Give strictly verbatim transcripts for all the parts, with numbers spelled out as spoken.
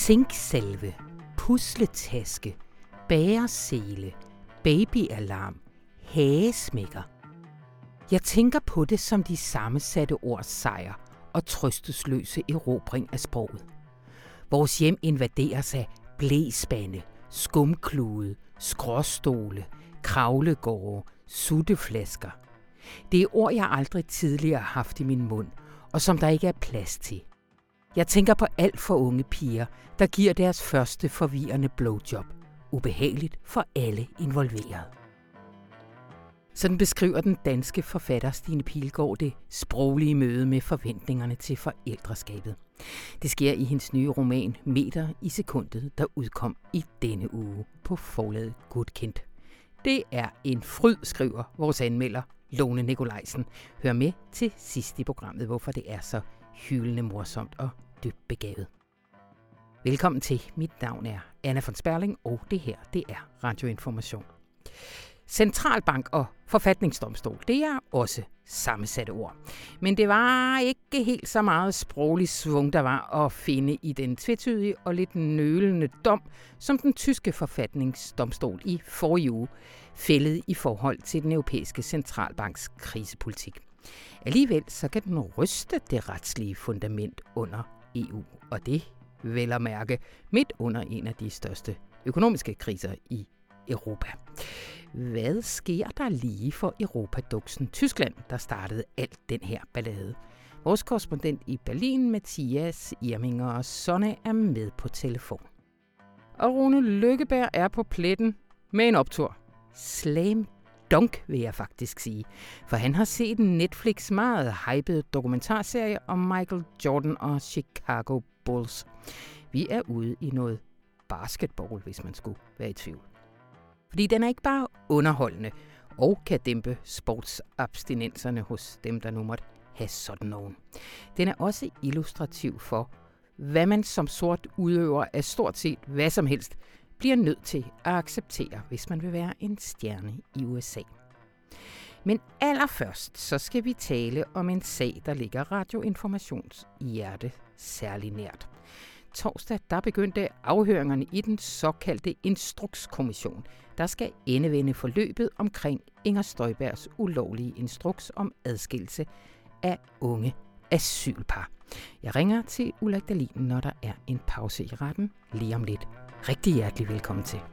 zinksalve, pusletaske, bæresele, babyalarm, hagesmækker. Jeg tænker på det som de sammensatte ords sejr og trøstesløse erobring af sproget. Vores hjem invaderes af blæspande, skumklude, skråstole, kravlegårde, sutteflasker. Det er ord, jeg aldrig tidligere har haft i min mund, og som der ikke er plads til. Jeg tænker på alt for unge piger, der giver deres første forvirrende blowjob. Ubehageligt for alle involverede. Sådan beskriver den danske forfatter Stine Pilgaard det sproglige møde med forventningerne til forældreskabet. Det sker i hendes nye roman Meter i sekundet, der udkom i denne uge på forlaget Godkendt. Det er en fryd, skriver vores anmelder Lone Nikolajsen. Hør med til sidst i programmet, hvorfor det er så hyldende morsomt og dybt begavet. Velkommen til. Mit navn er Anna von Sperling, og det her, det er Radioinformation. Centralbank og forfatningsdomstol, det er også sammensatte ord. Men det var ikke helt så meget sproglig svung, der var at finde i den tvetydige og lidt nølende dom, som den tyske forfatningsdomstol i forrige uge fældede i forhold til den europæiske centralbanks krisepolitik. Alligevel så kan den ryste det retslige fundament under E U, og det vel at mærke midt under en af de største økonomiske kriser i Europa. Hvad sker der lige for Europaduksen Tyskland, der startede alt den her ballade? Vores korrespondent i Berlin, Mathias Irminger Sonne, er med på telefon. Og Rune Lykkeberg er på pletten med en optur. Slam dunk, vil jeg faktisk sige. For han har set en Netflix meget hyped dokumentarserie om Michael Jordan og Chicago Bulls. Vi er ude i noget basketball, hvis man skulle være i tvivl. Fordi den er ikke bare underholdende og kan dæmpe sportsabstinenserne hos dem, der nu måtte have sådan nogen. Den er også illustrativ for, hvad man som sort udøver af stort set hvad som helst bliver nødt til at acceptere, hvis man vil være en stjerne i U S A. Men allerførst så skal vi tale om en sag, der ligger Radioinformations hjerte særlig nært. Torsdag der begyndte afhøringerne i den såkaldte Instrukskommission, der skal endevende forløbet omkring Inger Støjbergs ulovlige instruks om adskillelse af unge asylpar. Jeg ringer til Ulrik Dahlin, når der er en pause i retten lige om lidt. Rigtig hjertelig velkommen til.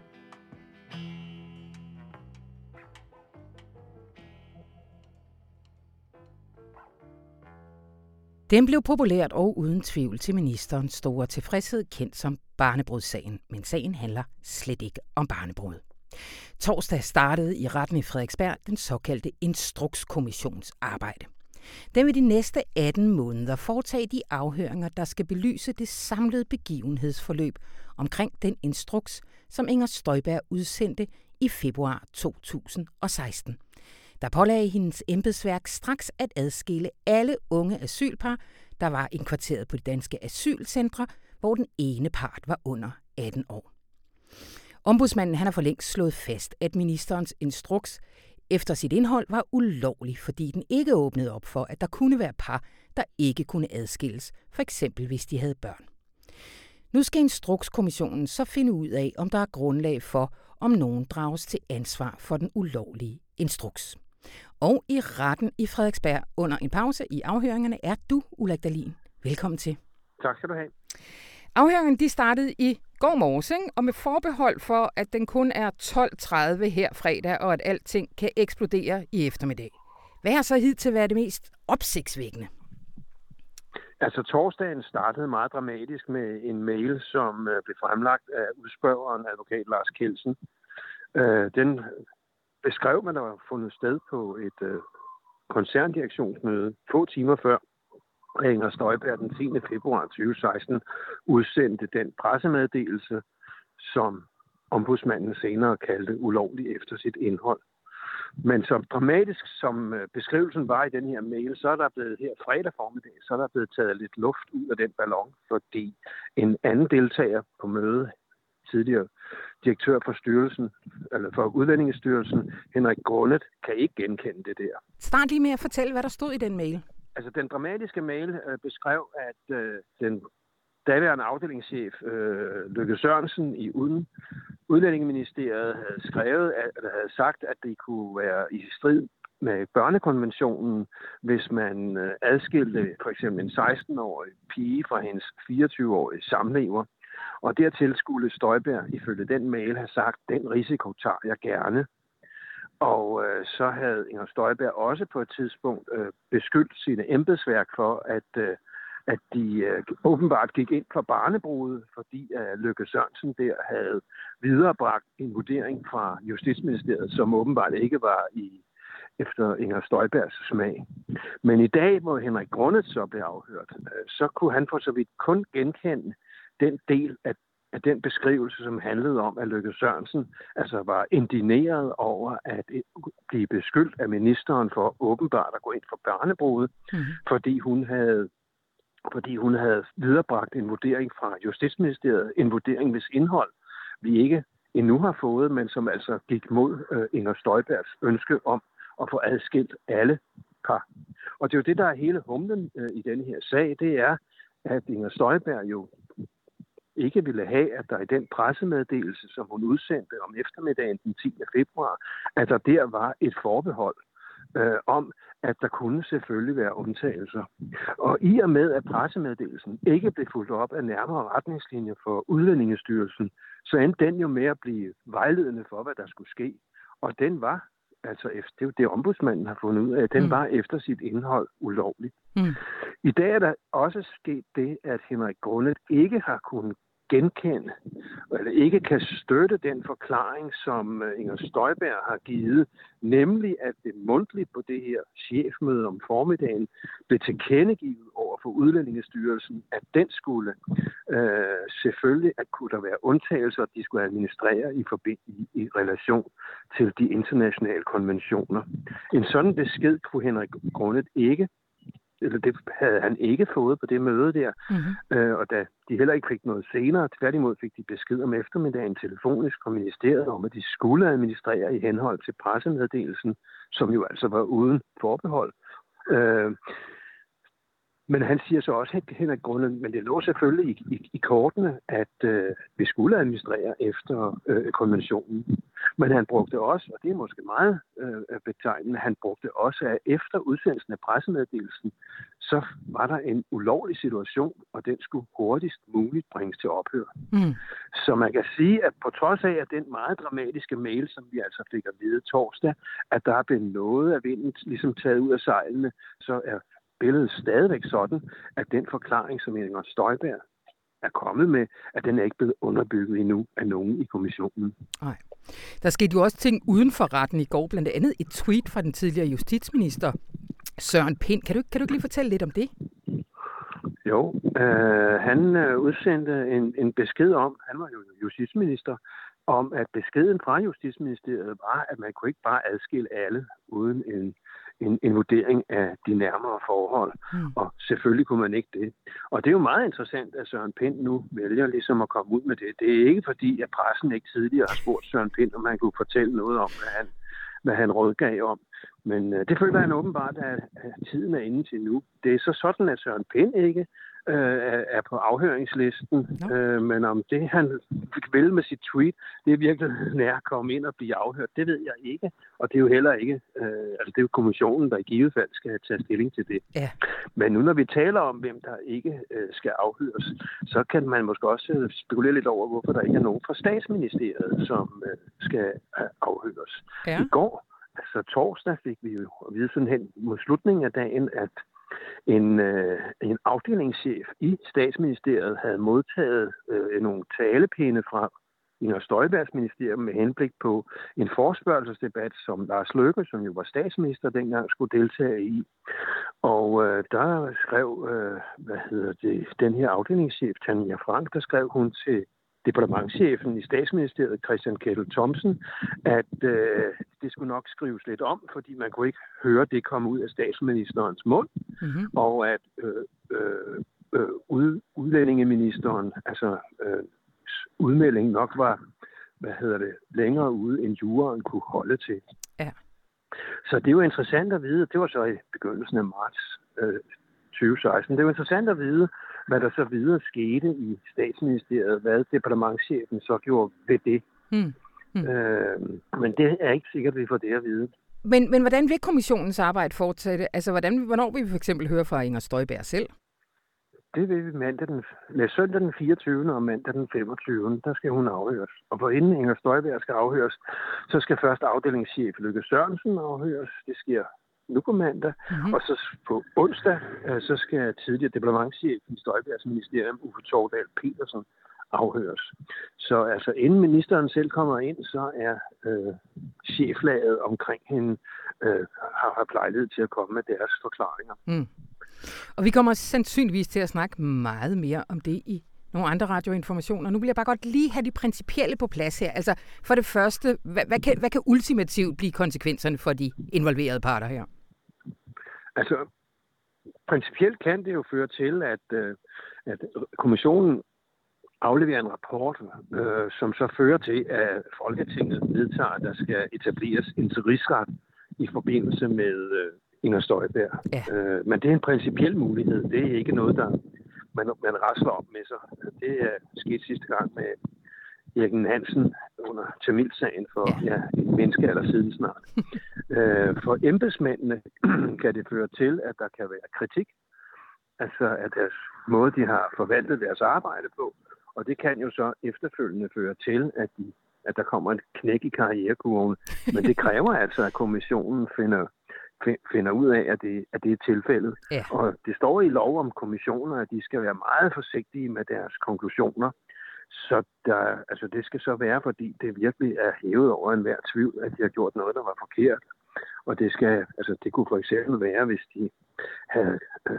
Den blev populært og uden tvivl til ministerens store tilfredshed kendt som barnebrudssagen, men sagen handler slet ikke om barnebrud. Torsdag startede i retten i Frederiksberg den såkaldte Instrukskommissions arbejde. Den vil de næste atten måneder foretage de afhøringer, der skal belyse det samlede begivenhedsforløb omkring den instruks, som Inger Støjberg udsendte i februar to tusind og seksten. Der pålagde hendes embedsværk straks at adskille alle unge asylpar, der var indkvarteret på de danske asylcentre, hvor den ene part var under atten år. Ombudsmanden han har for længst slået fast, at ministerens instruks efter sit indhold var ulovlig, fordi den ikke åbnede op for, at der kunne være par, der ikke kunne adskilles, for eksempel hvis de havde børn. Nu skal Instrukskommissionen så finde ud af, om der er grundlag for, om nogen drages til ansvar for den ulovlige instruks. Og i retten i Frederiksberg under en pause i afhøringerne er du, Ulrik Dahlin. Velkommen til. Tak skal du have. Afhøringen de startede i går morges, ikke? Og med forbehold for, at den kun er tolv tredive her fredag, og at alting kan eksplodere i eftermiddag. Hvad har så hidtil været det mest opsigtsvækkende? Altså torsdagen startede meget dramatisk med en mail, som blev fremlagt af udspørgeren advokat Lars Kjeldsen. Den beskrev, man der var fundet sted på et koncerndirektionsmøde få timer før, Inger Støjberg den tiende februar tyve seksten udsendte den pressemeddelelse, som ombudsmanden senere kaldte ulovlig efter sit indhold. Men så dramatisk som beskrivelsen var i den her mail, så er der blevet her fredag formiddag, så er der blevet taget lidt luft ud af den ballon, fordi en anden deltager på mødet, tidligere direktør for styrelsen, eller for Udlændingestyrelsen, Henrik Grundet, kan ikke genkende det der. Start lige med at fortælle, hvad der stod i den mail. Altså, den dramatiske mail øh, beskrev, at øh, den daværende afdelingschef øh, Løkke Sørensen i Uden, Udlændingeministeriet havde skrevet, at, eller havde sagt, at det kunne være i strid med børnekonventionen, hvis man øh, adskilte for eksempel en seksten-årig pige fra hendes fireogtyve-årige samlever. Og dertil skulle Støjberg ifølge den mail have sagt, den risiko tager jeg gerne. Og øh, så havde Inger Støjberg også på et tidspunkt øh, beskyldt sine embedsværk for, at, øh, at de øh, åbenbart gik ind for barnebrudet, fordi øh, Løkke Sørensen der havde viderebragt en vurdering fra Justitsministeriet, som åbenbart ikke var i efter Inger Støjbergs smag. Men i dag, hvor Henrik Grønnet så blev afhørt, øh, så kunne han for så vidt kun genkende den del af af den beskrivelse, som handlede om, at Løkke Sørensen altså var indigneret over at blive beskyldt af ministeren for åbenbart at gå ind for barnebrudet, mm-hmm. fordi hun havde fordi hun havde viderebragt en vurdering fra Justitsministeriet, en vurdering, hvis indhold vi ikke endnu har fået, men som altså gik mod øh, Inger Støjbergs ønske om at få adskilt alle par. Og det er jo det, der er hele humlen øh, i denne her sag, det er, at Inger Støjberg jo ikke ville have, at der i den pressemeddelelse, som hun udsendte om eftermiddagen den tiende februar, at der der var et forbehold øh, om, at der kunne selvfølgelig være undtagelser. Og i og med, at pressemeddelelsen ikke blev fulgt op af nærmere retningslinjer for Udlændingestyrelsen, så endte den jo med at blive vejledende for, hvad der skulle ske. Og den var, altså efter, det er jo det, ombudsmanden har fundet ud af, den mm. var efter sit indhold ulovligt. Mm. I dag er der også sket det, at Henrik Grønnet ikke har kunnet genkende, eller ikke kan støtte den forklaring, som Inger Støjberg har givet, nemlig at det mundtligt på det her chefmøde om formiddagen blev tilkendegivet over for Udlændingestyrelsen, at den skulle øh, selvfølgelig, at kunne der være undtagelser, at de skulle administrere i, forbi- i, i relation til de internationale konventioner. En sådan besked kunne Henrik Grønnet ikke, eller det havde han ikke fået på det møde der, mm-hmm. øh, og da de heller ikke fik noget senere, tværtimod fik de besked om eftermiddagen telefonisk fra ministeriet om, at de skulle administrere i henhold til pressemeddelelsen, som jo altså var uden forbehold. Øh, Men han siger så også, at Henrik Grønnet, men det lå selvfølgelig i, i, i kortene, at øh, vi skulle administrere efter øh, konventionen. Men han brugte også, og det er måske meget øh, betegnende, han brugte også, at efter udsendelsen af pressemeddelelsen, så var der en ulovlig situation, og den skulle hurtigst muligt bringes til ophør. Mm. Så man kan sige, at på trods af, at den meget dramatiske mail, som vi altså fik at vide torsdag, at der er blevet noget af vinden ligesom taget ud af sejlene, så er billedet stadigvæk sådan, at den forklaring, som Inger Støjberg er kommet med, at den er ikke blevet underbygget endnu af nogen i kommissionen. Nej. Der skete jo også ting uden for retten i går, blandt andet et tweet fra den tidligere justitsminister Søren Pind. Kan du, kan du ikke lige fortælle lidt om det? Jo, øh, han øh, udsendte en, en besked om, han var jo justitsminister, om at beskeden fra Justitsministeriet var, at man kunne ikke bare adskille alle uden en En, en vurdering af de nærmere forhold, mm. og selvfølgelig kunne man ikke det. Og det er jo meget interessant, at Søren Pind nu vælger ligesom at komme ud med det. Det er ikke fordi, at pressen ikke tidligere har spurgt Søren Pind, om han kunne fortælle noget om, hvad han, hvad han rådgav om. Men øh, det føler han åbenbart, at, at tiden er inde til nu. Det er så sådan, at Søren Pind ikke øh, er på afhøringslisten, no. øh, men om det, han vil med sit tweet, det er virkelig nær at komme ind og blive afhørt, det ved jeg ikke. Og det er jo heller ikke, øh, altså det er jo kommissionen, der i givet fald skal tage stilling til det. Ja. Men nu når vi taler om, hvem der ikke øh, skal afhøres, så kan man måske også spekulere lidt over, hvorfor der ikke er nogen fra Statsministeriet, som øh, skal øh, afhøres. Ja. I går, altså torsdag, fik vi jo at vide sådan hen mod slutningen af dagen, at en, øh, en afdelingschef i Statsministeriet havde modtaget øh, nogle talepinde fra Inger Støjbergs ministerium med henblik på en forespørgselsdebat, som Lars Løkke, som jo var statsminister dengang, skulle deltage i. Og øh, der skrev, øh, hvad hedder det, den her afdelingschef, Tanja Frank, der skrev hun til departementschefen i Statsministeriet, Christian Kettel Thomsen, at øh, det skulle nok skrives lidt om, fordi man kunne ikke høre det komme ud af statsministerens mund, mm-hmm. og at øh, øh, øh, ud, udlændingeministeren, altså øh, udmelding nok var, hvad hedder det, længere ude, end juraen kunne holde til. Ja. Så det er jo interessant at vide, det var så i begyndelsen af marts øh, tyve seksten, det er jo interessant at vide, hvad der så videre skete i statsministeriet, hvad departementschefen så gjorde ved det. Mm. Mm. Øh, men det er ikke sikkert, at vi får det at vide. Men, men hvordan vil kommissionens arbejde fortsætte? Altså, hvordan, hvornår vil vi for eksempel høre fra Inger Støjberg selv? Det vil vi mandag den, med søndag den fireogtyvende og mandag den femogtyvende. Der skal hun afhøres. Og for inden Inger Støjberg skal afhøres, så skal først afdelingschef Lykke Sørensen afhøres. Det sker nu på mandag. Mm-hmm. Og så på onsdag, så skal tidligere departementschef i Støjbergs ministerium, Uffe Tordal Petersen, afhøres. Så altså inden ministeren selv kommer ind, så er øh, cheflaget omkring hende øh, har, har plejlighed til at komme med deres forklaringer. Mm. Og vi kommer sandsynligvis til at snakke meget mere om det i nogle andre radioinformationer. Nu vil jeg bare godt lige have de principielle på plads her. Altså for det første, hvad, hvad, kan, hvad kan ultimativt blive konsekvenserne for de involverede parter her? Altså principielt kan det jo føre til, at, øh, at kommissionen afleverer en rapport, øh, som så fører til, at Folketinget vedtager, at der skal etableres en rigsret i forbindelse med øh, Inger Støjberg. Ja. Øh, men det er en principiel mulighed. Det er ikke noget, der man, man rasler op med sig. Det er sket sidste gang med Erik Hansen under Tamilsagen for ja. Ja, en menneskealder siden snart. øh, for embedsmændene kan det føre til, at der kan være kritik. Altså at deres måde, de har forvaltet deres arbejde på. Og det kan jo så efterfølgende føre til, at, de, at der kommer et knæk i karrierekurven. Men det kræver altså, at kommissionen finder, finder ud af, at det, at det er tilfældet. Ja. Og det står i lov om kommissioner, at de skal være meget forsigtige med deres konklusioner. Så der, altså det skal så være, fordi det virkelig er hævet over enhver tvivl, at de har gjort noget, der var forkert. Og det skal, altså det kunne for eksempel være, hvis de havde øh,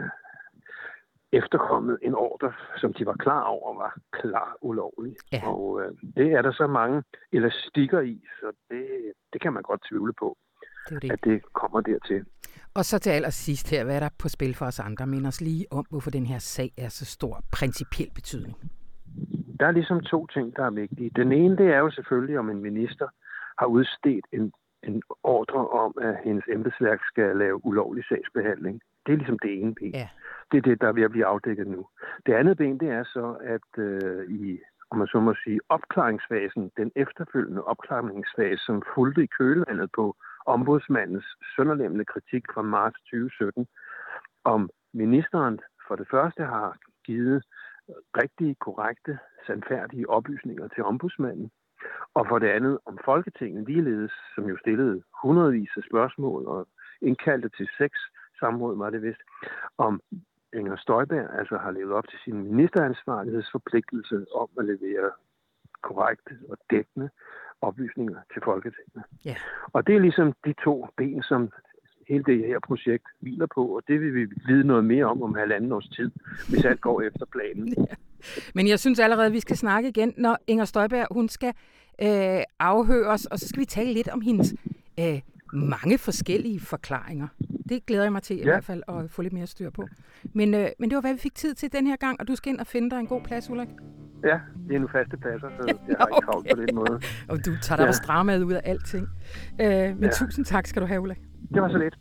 efterkommet en ordre, som de var klar over, var klar ulovlig. Ja. Og øh, det er der så mange elastikker i, så det, det kan man godt tvivle på, det det. At det kommer dertil. Og så til allersidst her, hvad er der på spil for os andre? Mind os lige om, hvorfor den her sag er så stor principiel betydning. Der er ligesom to ting, der er vigtige. Den ene, det er jo selvfølgelig, om en minister har udstedt en, en ordre om, at hendes embedsværk skal lave ulovlig sagsbehandling. Det er ligesom det ene ben. Ja. Det er det, der er ved at blive afdækket nu. Det andet ben, det er så, at øh, i, om man så må sige, opklaringsfasen, den efterfølgende opklaringsfase, som fulgte i kølvandet på ombudsmandens sønderlemmende kritik fra marts tyve sytten, om ministeren for det første har givet rigtige, korrekte, sandfærdige oplysninger til ombudsmanden, og for det andet om Folketinget ligeledes, som jo stillede hundredvis af spørgsmål og indkaldte til seks samråd, var det vist, om Inger Støjberg altså har levet op til sin ministeransvarlighedsforpligtelse om at levere korrekte og dækkende oplysninger til Folketinget. Yeah. Og det er ligesom de to ben, som hele det her projekt hviler på, og det vil vi vide noget mere om om halvanden års tid, hvis alt går efter planen. Ja. Men jeg synes allerede, at vi skal snakke igen, når Inger Støjberg hun skal øh, afhøres, og så skal vi tale lidt om hendes øh, mange forskellige forklaringer. Det glæder jeg mig til i ja. hvert fald at få lidt mere styr på. Men, øh, men det var, hvad vi fik tid til den her gang, og du skal ind og finde dig en god plads, Ulrik. Ja, det er nu faste pladser, så jeg har ikke travlt på den måde. Og du tager dig ja. også dramaet ud af alting. Øh, men ja. tusind tak skal du have, Ulrik. Det var så lidt.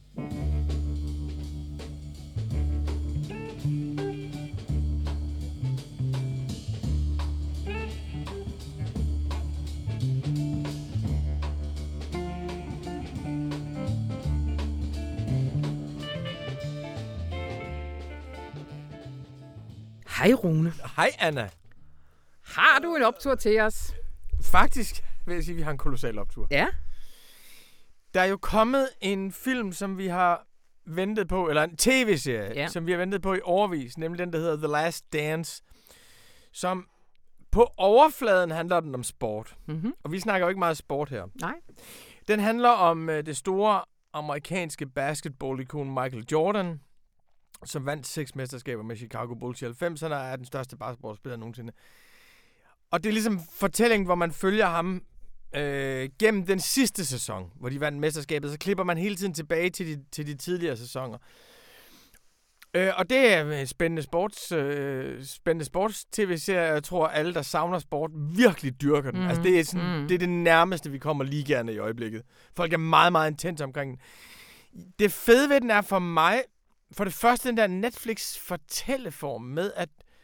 Hej Rune. Hej Anna. Har du en optur til os? Faktisk vil jeg sige, at vi har en kolossal optur. Ja. Der er jo kommet en film, som vi har ventet på, eller en tv-serie, ja. som vi har ventet på i årevis, nemlig den, der hedder The Last Dance, som på overfladen handler den om sport. Mm-hmm. Og vi snakker jo ikke meget sport her. Nej. Den handler om uh, det store amerikanske basketball-ikon Michael Jordan, som vandt seks mesterskaber med Chicago Bulls i halvfemserne, og er den største basketballspiller nogensinde. Og det er ligesom fortællingen, hvor man følger ham øh, gennem den sidste sæson, hvor de vandt mesterskabet, så klipper man hele tiden tilbage til de, til de tidligere sæsoner. Øh, og det er en spændende sports, øh, spændende sports-tv-serie. Jeg tror, alle, der savner sport, virkelig dyrker den. Mm. Altså, det er, sådan, mm. det er det nærmeste, vi kommer ligaerne i øjeblikket. Folk er meget, meget intense omkring den. Det fede ved den er for mig, for det første den der Netflix-fortælleform med, at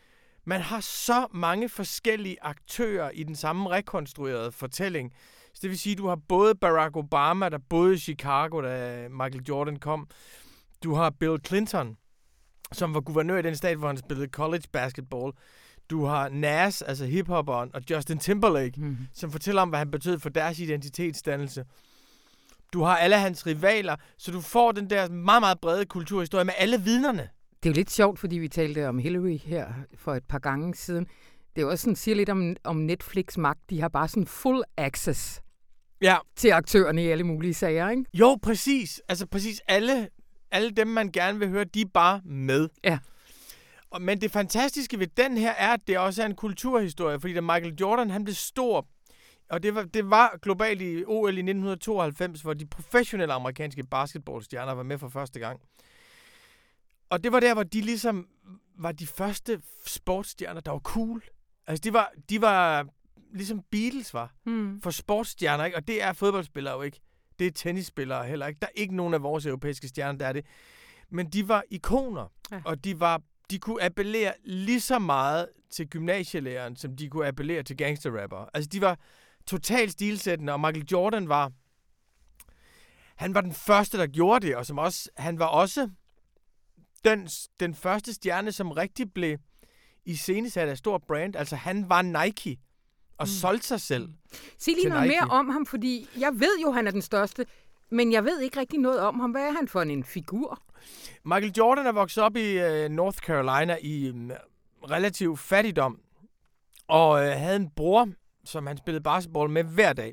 Man har så mange forskellige aktører i den samme rekonstruerede fortælling. Så det vil sige, at du har både Barack Obama, der boede i Chicago, da Michael Jordan kom. Du har Bill Clinton, som var guvernør i den stat, hvor han spillede college basketball. Du har Nas, altså hiphopperen, og Justin Timberlake, mm. som fortæller om, hvad han betød for deres identitetsdannelse. Du har alle hans rivaler, så du får den der meget, meget brede kulturhistorie med alle vidnerne. Det er jo lidt sjovt, fordi vi talte om Hillary her for et par gange siden. Det er jo også sådan, siger lidt om, om Netflix magt. De har bare sådan full access ja. til aktørerne i alle mulige sager, ikke? Jo, præcis. Altså præcis alle, alle dem, man gerne vil høre, de er bare med. Ja. Og, men det fantastiske ved den her er, at det også er en kulturhistorie, fordi da Michael Jordan han blev stor, og det var, det var globalt i O L i nitten tooghalvfems, hvor de professionelle amerikanske basketballstjerner var med for første gang. Og det var der, hvor de ligesom var de første sportsstjerner, der var cool. Altså, de var, de var ligesom Beatles var hmm. for sportsstjerner, ikke? Og det er fodboldspillere jo ikke. Det er tennisspillere heller ikke. Der er ikke nogen af vores europæiske stjerner, der er det. Men de var ikoner, ja. Og de var de kunne appellere lige så meget til gymnasielæreren, som de kunne appellere til gangsterrapper. Altså, de var totalt stilsættende, og Michael Jordan var han var den første, der gjorde det, og som også, han var også den, den første stjerne, som rigtig blev iscenesat af et stort brand. Altså, han var Nike og mm. solgte sig selv. Sig lige noget Nike. Mere om ham, fordi jeg ved jo, han er den største, men jeg ved ikke rigtig noget om ham. Hvad er han for en figur? Michael Jordan er vokset op i uh, North Carolina i um, relativ fattigdom, og uh, havde en bror, som han spillede basketball med hver dag.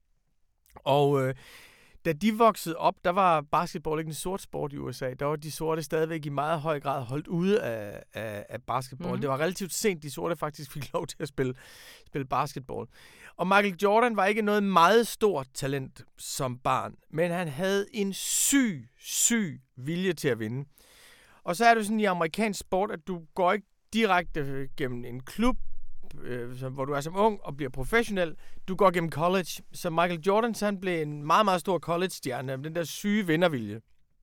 Og uh, da de voksede op, der var basketball ikke en sort sport i U S A. Der var de sorte stadigvæk i meget høj grad holdt ude af, af, af basketball. Mm-hmm. Det var relativt sent, de sorte faktisk fik lov til at spille, spille basketball. Og Michael Jordan var ikke noget meget stort talent som barn, men han havde en syg, syg vilje til at vinde. Og så er det sådan i amerikansk sport, at du går ikke direkte gennem en klub, øh, hvor du er som ung og bliver professionel. Du går gennem college. Så Michael Jordan, han blev en meget, meget stor college-stjerne, den der syge vindervilje.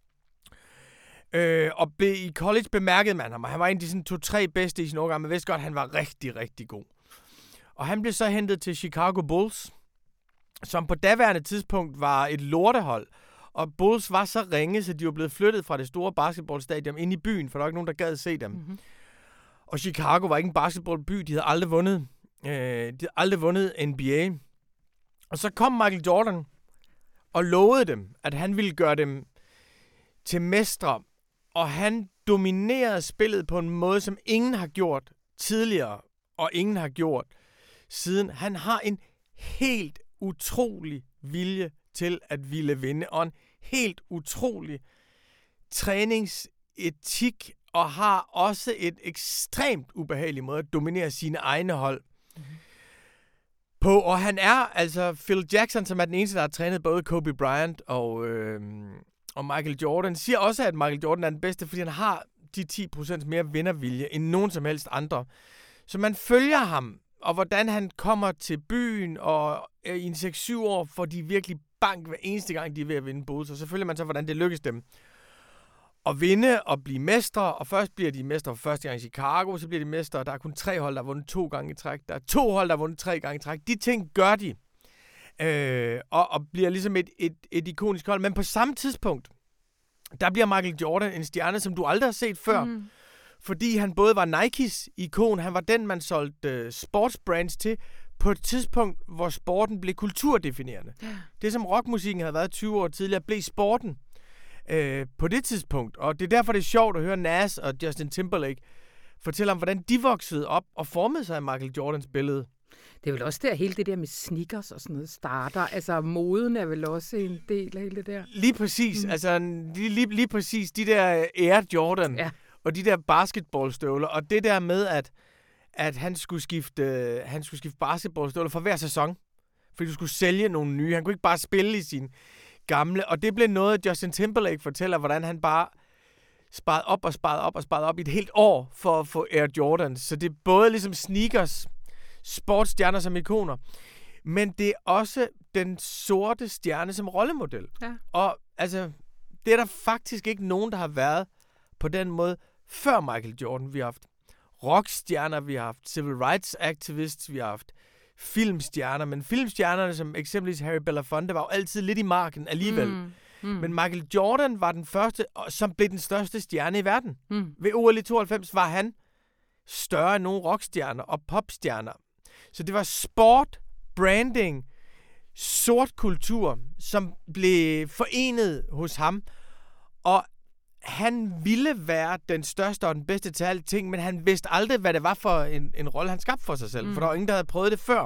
Øh, og blev, i college bemærkede man ham, og han var en af de sådan, to-tre bedste i sin årgang. Man vidste godt, at han var rigtig, rigtig god. Og han blev så hentet til Chicago Bulls, som på daværende tidspunkt var et lortehold. Og Bulls var så ringe, så de var blevet flyttet fra det store basketballstadion ind i byen, for der var ikke nogen, der gad se dem. Mm-hmm. Og Chicago var ikke en basketballby, de havde aldrig vundet. Øh, de havde aldrig vundet N B A. Og så kom Michael Jordan og lovede dem, at han ville gøre dem til mestre. Og han dominerede spillet på en måde, som ingen har gjort tidligere, og ingen har gjort siden. Han har en helt utrolig vilje til at ville vinde, og en helt utrolig træningsetik, og har også et ekstremt ubehageligt måde at dominere sine egne hold mm-hmm. på. Og han er altså Phil Jackson, som er den eneste, der har trænet både Kobe Bryant og, øh, og Michael Jordan, siger også, at Michael Jordan er den bedste, fordi han har de ti procent mere vindervilje end nogen som helst andre. Så man følger ham, og hvordan han kommer til byen, og øh, i en seks syv år får de virkelig bank hver eneste gang, de er ved at vinde Bulls. Og så følger man så, hvordan det lykkes dem at vinde og blive mestre, og først bliver de mestre for første gang i Chicago, så bliver de mestre, der er kun tre hold, der har vundet to gange i træk, der er to hold, der har vundet tre gange i træk. De ting gør de, øh, og, og bliver ligesom et, et, et ikonisk hold. Men på samme tidspunkt, der bliver Michael Jordan en stjerne, som du aldrig har set før, mm. fordi han både var Nikes ikon, han var den, man solgte uh, sportsbrands til, på et tidspunkt, hvor sporten blev kulturdefinerende. Ja. Det, som rockmusikken havde været tyve år tidligere, blev sporten øh, på det tidspunkt. Og det er derfor, det er sjovt at høre Nas og Justin Timberlake fortælle om, hvordan de voksede op og formede sig i Michael Jordans billede. Det er vel også der, hele det der med sneakers og sådan noget starter. Altså, moden er vel også en del af hele det der. Lige præcis. Mm. Altså, lige, lige, lige præcis de der Air Jordan ja. Og de der basketballstøvler. Og det der med, at at han skulle skifte, øh, han skulle skifte basketballstøvler for hver sæson. Fordi du skulle sælge nogle nye. Han kunne ikke bare spille i sine gamle. Og det blev noget, Justin Timberlake fortæller, hvordan han bare sparede op og sparede op og sparede op i et helt år for at få Air Jordans. Så det er både ligesom sneakers, sportsstjerner som ikoner, men det er også den sorte stjerne som rollemodel. Ja. Og altså, det er der faktisk ikke nogen, der har været på den måde før Michael Jordan. Vi har haft rockstjerner, vi har haft civil rights activists, vi har haft filmstjerner, men filmstjernerne som eksempelvis Harry Belafonte var jo altid lidt i marken alligevel. Mm. Mm. Men Michael Jordan var den første, som blev den største stjerne i verden. Mm. Ved O L i tooghalvfems var han større end nogle rockstjerner og popstjerner. Så det var sport, branding, sort kultur, som blev forenet hos ham. Og han ville være den største og den bedste til alle ting, men han vidste aldrig, hvad det var for en, en rolle, han skabte for sig selv. Mm. For der var ingen, der havde prøvet det før.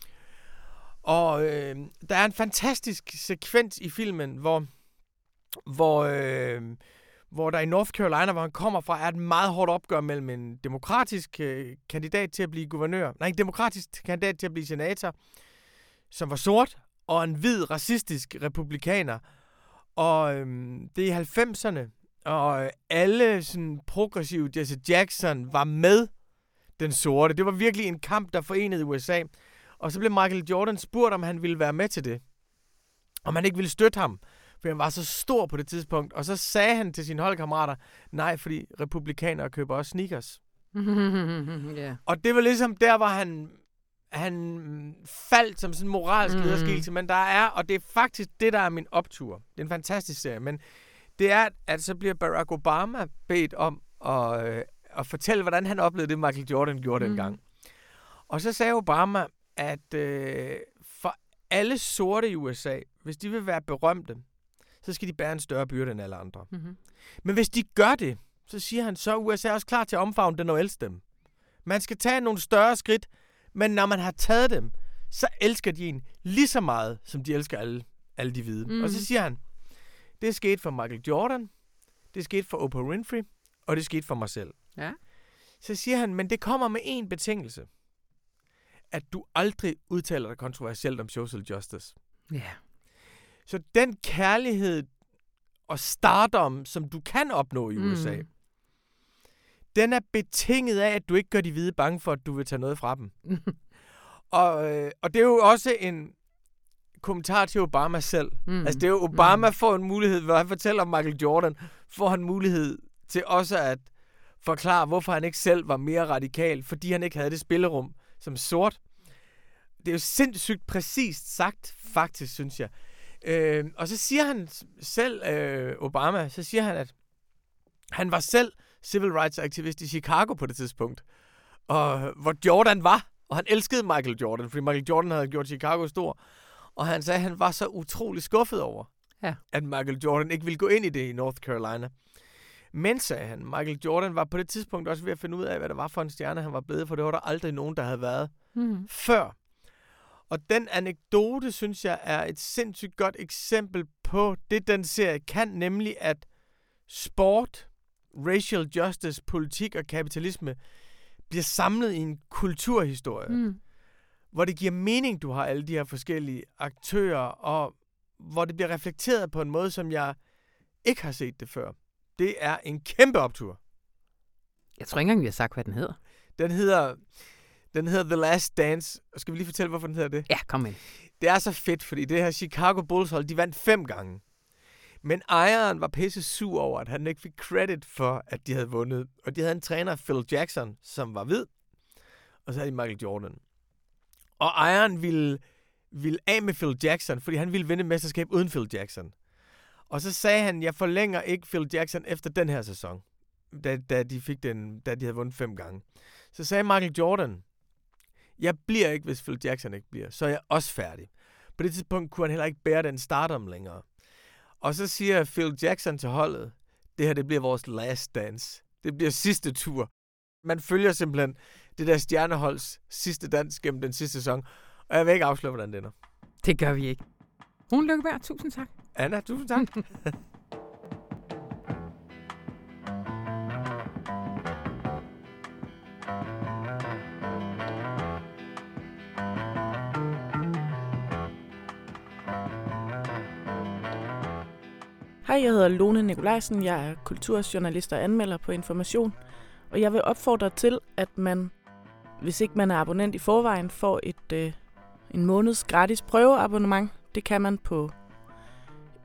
Og øh, der er en fantastisk sekvens i filmen, hvor, hvor, øh, hvor der i North Carolina, hvor han kommer fra, er et meget hårdt opgør mellem en demokratisk øh, kandidat til at blive guvernør, nej, en demokratisk kandidat til at blive senator, som var sort, og en hvid, racistisk republikaner. Og øh, det er i halvfemserne, og alle sådan progressive Jesse Jackson var med den sorte. Det var virkelig en kamp, der forenede U S A. Og så blev Michael Jordan spurgt, om han ville være med til det. Om han ikke ville støtte ham, for han var så stor på det tidspunkt. Og så sagde han til sine holdkammerater, nej, fordi republikanere køber også sneakers. yeah. Og det var ligesom der, hvor han, han faldt som sådan en moralsk mm. lederskikkelse. Men der er, og det er faktisk det, der er min optur. Det er en fantastisk serie, men det er, at så bliver Barack Obama bedt om at, øh, at fortælle, hvordan han oplevede det, Michael Jordan gjorde mm. dengang. Og så sagde Obama, at øh, for alle sorte i U S A, hvis de vil være berømte, så skal de bære en større byrde end alle andre. Mm-hmm. Men hvis de gør det, så siger han, så er U S A også klar til at omfavne den og elske dem. Man skal tage nogle større skridt, men når man har taget dem, så elsker de en lige så meget, som de elsker alle, alle de hvide. Mm. Og så siger han, det er sket for Michael Jordan, det er sket for Oprah Winfrey, og det er sket for mig selv. Ja. Så siger han, men det kommer med én betingelse. At du aldrig udtaler dig kontroversielt om social justice. Ja. Yeah. Så den kærlighed og stardom, som du kan opnå i U S A, mm. den er betinget af, at du ikke gør de hvide bange for, at du vil tage noget fra dem. og, øh, og det er jo også en kommentar til Obama selv. Mm. Altså det er jo, Obama mm. får en mulighed, hvor han fortæller om Michael Jordan, får han mulighed til også at forklare, hvorfor han ikke selv var mere radikal, fordi han ikke havde det spillerum som sort. Det er jo sindssygt præcist sagt, faktisk, synes jeg. Øh, og så siger han selv, øh, Obama, så siger han, at han var selv civil rights aktivist i Chicago på det tidspunkt, og hvor Jordan var, og han elskede Michael Jordan, fordi Michael Jordan havde gjort Chicago stor, og han sagde, at han var så utrolig skuffet over, ja. At Michael Jordan ikke ville gå ind i det i North Carolina. Men, sagde han, Michael Jordan var på det tidspunkt også ved at finde ud af, hvad det var for en stjerne, han var blevet, for det var der aldrig nogen, der havde været mm. før. Og den anekdote, synes jeg, er et sindssygt godt eksempel på det, den serie kan, nemlig at sport, racial justice, politik og kapitalisme bliver samlet i en kulturhistorie, mm. hvor det giver mening, du har alle de her forskellige aktører, og hvor det bliver reflekteret på en måde, som jeg ikke har set det før. Det er en kæmpe optur. Jeg tror ikke engang, vi har sagt, hvad den hedder. Den hedder, den hedder The Last Dance. Skal vi lige fortælle, hvorfor den hedder det? Ja, kom ind. Det er så fedt, fordi det her Chicago Bulls hold, de vandt fem gange. Men ejeren var pisse sur over, at han ikke fik credit for, at de havde vundet. Og de havde en træner, Phil Jackson, som var hvid. Og så havde de Michael Jordan. Og ejeren ville, ville af med Phil Jackson, fordi han ville vinde et mesterskab uden Phil Jackson. Og så sagde han, jeg forlænger ikke Phil Jackson efter den her sæson, da, da, de, fik den, da de havde vundet fem gange. Så sagde Michael Jordan, jeg bliver ikke, hvis Phil Jackson ikke bliver. Så er jeg også færdig. På det tidspunkt kunne han heller ikke bære den stardom længere. Og så siger Phil Jackson til holdet, det her det bliver vores last dance. Det bliver sidste tur. Man følger simpelthen det der stjerneholds sidste dans gennem den sidste sæson. Og jeg vil ikke afsløre, hvordan det ender. Det gør vi ikke. Rune Lykkeberg, tusind tak. Anna, tusind tak. Hej, jeg hedder Lone Nikolajsen. Jeg er kulturjournalist og anmelder på Information. Og jeg vil opfordre til, at man, hvis ikke man er abonnent i forvejen, får et, øh, en måneds gratis prøveabonnement. Det kan man på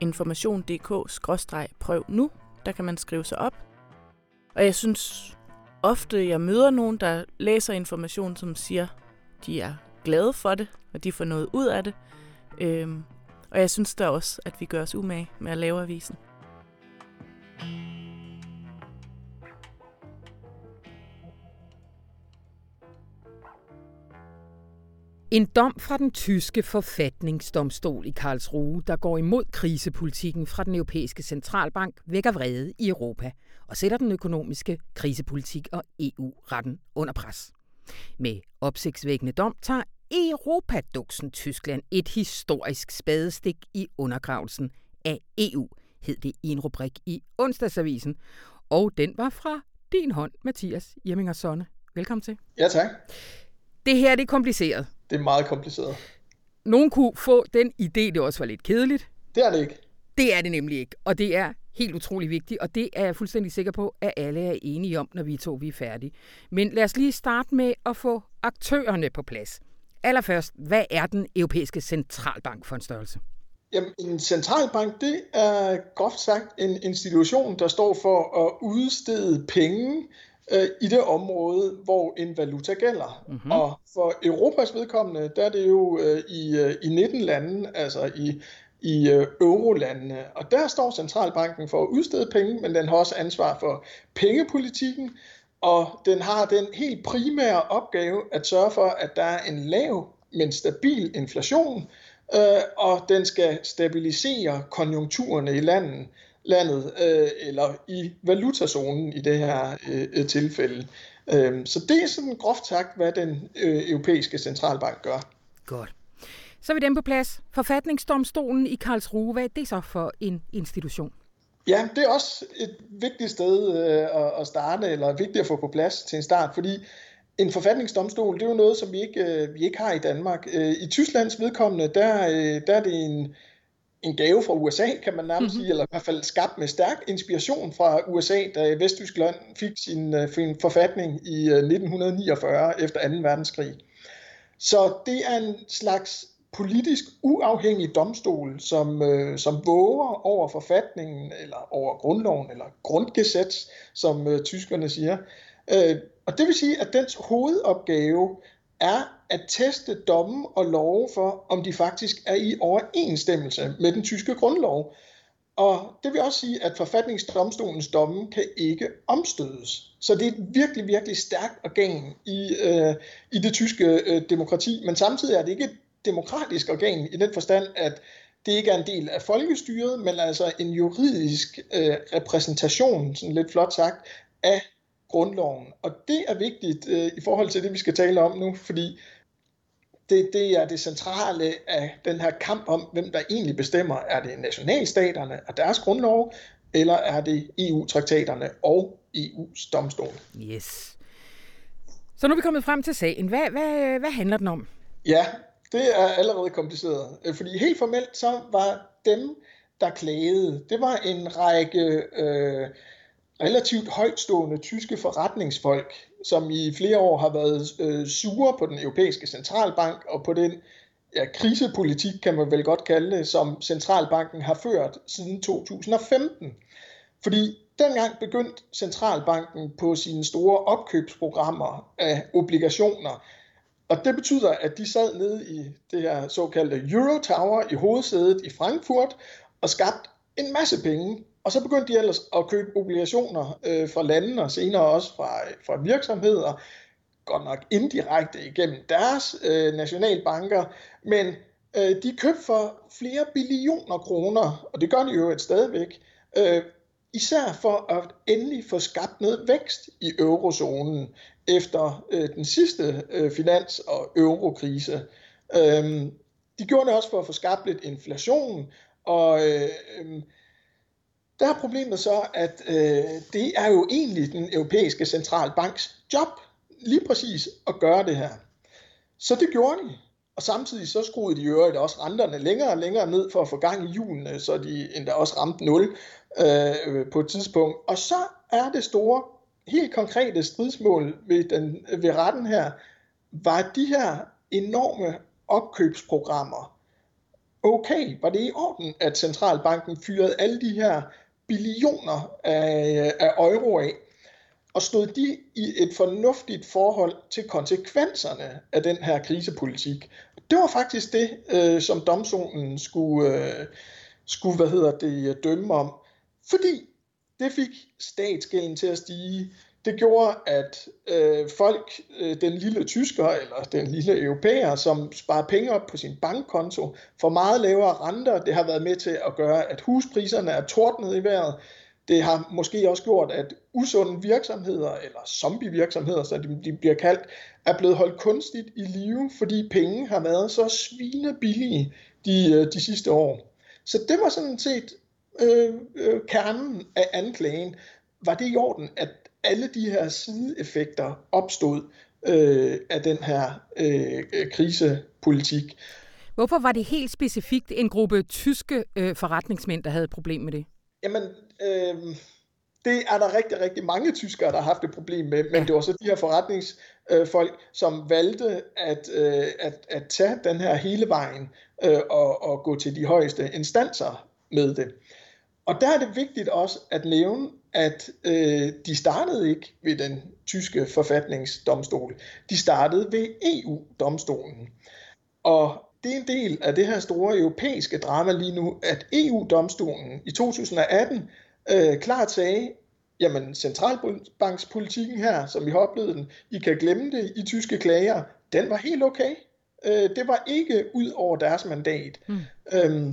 information punktum d k skråstreg prøv nu. Der kan man skrive sig op. Og jeg synes, ofte, jeg møder nogen, der læser information, som siger, de er glade for det, og de får noget ud af det. Øhm, og jeg synes da også, at vi gør os umage med at lave avisen. En dom fra den tyske forfatningsdomstol i Karlsruhe, der går imod krisepolitikken fra den europæiske centralbank, vækker vrede i Europa og sætter den økonomiske krisepolitik og E U-retten under pres. Med opsigtsvækkende dom tager Europaduksen Tyskland et historisk spadestik i undergravelsen af E U, hed det i en rubrik i onsdagsavisen. Og den var fra din hånd, Mathias Irminger Sonne. Velkommen til. Ja, tak. Det her det er kompliceret. Det er meget kompliceret. Nogen kunne få den idé, det også var lidt kedeligt. Det er det ikke. Det er det nemlig ikke, og det er helt utrolig vigtigt, og det er jeg fuldstændig sikker på, at alle er enige om, når vi to vi er færdige. Men lad os lige starte med at få aktørerne på plads. Allerførst, hvad er den europæiske centralbank for en størrelse? Jamen, en centralbank, det er groft sagt en institution, der står for at udstede penge øh, i det område, hvor en valuta gælder. Mm-hmm. Og for Europas vedkommende, der er det jo øh, i, øh, i nitten lande, altså i i eurolandene. Og der står centralbanken for at udstede penge, men den har også ansvar for pengepolitikken, og den har den helt primære opgave at sørge for, at der er en lav, men stabil inflation, øh, og den skal stabilisere konjunkturerne i landet, landet, øh, eller i valutazonen i det her øh, tilfælde. Øh, så det er sådan groft sagt, hvad den øh, europæiske centralbank gør. Godt. Så er vi dem på plads. Forfatningsdomstolen i Karlsruhe, hvad er det så for en institution? Ja, det er også et vigtigt sted øh, at starte, eller vigtigt at få på plads til en start, fordi en forfatningsdomstol, det er jo noget, som vi ikke, øh, vi ikke har i Danmark. Øh, I Tysklands vedkommende, der, øh, der er det en, en gave fra U S A, kan man nærmest mm-hmm. sige, eller i hvert fald skabt med stærk inspiration fra U S A, da Vesttyskland fik sin, øh, sin forfatning i øh, nitten niogfyrre efter anden verdenskrig. Så det er en slags politisk uafhængig domstol, som, øh, som våger over forfatningen, eller over grundloven, eller grundgesetz, som øh, tyskerne siger. Øh, og det vil sige, at dens hovedopgave er at teste domme og love for, om de faktisk er i overensstemmelse med den tyske grundlov. Og det vil også sige, at forfatningsdomstolens domme kan ikke omstødes. Så det er et virkelig, virkelig stærkt organ i, øh, i det tyske øh, demokrati, men samtidig er det ikke et demokratisk organ i den forstand, at det ikke er en del af folkestyret, men altså en juridisk øh, repræsentation, sådan lidt flot sagt, af grundloven. Og det er vigtigt øh, i forhold til det, vi skal tale om nu, fordi det, det er det centrale af den her kamp om, hvem der egentlig bestemmer. Er det nationalstaterne og deres grundlov, eller er det E U-traktaterne og E U's domstol? Yes. Så nu er vi kommet frem til sagen. Hvad, hvad, hvad handler den om? Ja, det er allerede kompliceret, fordi helt formelt så var dem, der klagede, det var en række øh, relativt højtstående tyske forretningsfolk, som i flere år har været øh, sure på den europæiske centralbank og på den ja, krisepolitik, kan man vel godt kalde det, som centralbanken har ført siden to tusind og femten. Fordi dengang begyndte centralbanken på sine store opkøbsprogrammer af obligationer. Og det betyder, at de sad nede i det her såkaldte Eurotower i hovedsædet i Frankfurt og skabte en masse penge. Og så begyndte de ellers at købe obligationer øh, fra landene og senere også fra, fra virksomheder. Godt nok indirekte igennem deres øh, nationalbanker. Men øh, de købte for flere billioner kroner, og det gør de jo et stadigvæk. Øh, Især for at endelig få skabt noget vækst i eurozonen efter øh, den sidste øh, finans- og eurokrise. Øhm, de gjorde det også for at få skabt lidt inflation, og øh, øh, der er problemet så, at øh, det er jo egentlig den europæiske centralbanks job, lige præcis at gøre det her. Så det gjorde de. Og samtidig så skruede de jo også renterne længere og længere ned for at få gang i hjulene, så de endda også ramte nul øh, på et tidspunkt. Og så er det store, helt konkrete stridsmål ved, den, ved retten her, var de her enorme opkøbsprogrammer. Okay, var det i orden, at centralbanken fyrede alle de her billioner af, af euro af? og stod de i et fornuftigt forhold til konsekvenserne af den her krisepolitik. Det var faktisk det, øh, som domstolen skulle, øh, skulle hvad hedder det, dømme om. Fordi det fik statsgælden til at stige. Det gjorde, at øh, folk, øh, den lille tysker eller den lille europæer, som sparer penge op på sin bankkonto, får meget lavere renter. Det har været med til at gøre, at huspriserne er tordnet i vejret. Det har måske også gjort, at usunde virksomheder, eller zombie-virksomheder, så de, de bliver kaldt, er blevet holdt kunstigt i live, fordi penge har været så svinebillige de, de sidste år. Så det var sådan set øh, øh, kernen af anklagen. Var det i orden, at alle de her sideeffekter opstod øh, af den her øh, krisepolitik? Hvorfor var det helt specifikt en gruppe tyske øh, forretningsmænd, der havde et problem med det? Jamen, øh, det er der rigtig, rigtig mange tyskere, der har haft et problem med, men ja. Det var så de her forretningsfolk, øh, som valgte at, øh, at, at tage den her hele vejen øh, og, og gå til de højeste instanser med det. Og der er det vigtigt også at nævne, at øh, de startede ikke ved den tyske forfatningsdomstol. De startede ved E U-domstolen. Og det er en del af det her store europæiske drama lige nu, at E U-domstolen i to tusind og atten øh, klart sagde, jamen centralbankspolitikken her, som vi har oplevet den, I kan glemme det, I tyske klager, den var helt okay. Øh, det var ikke ud over deres mandat. Mm. Øhm,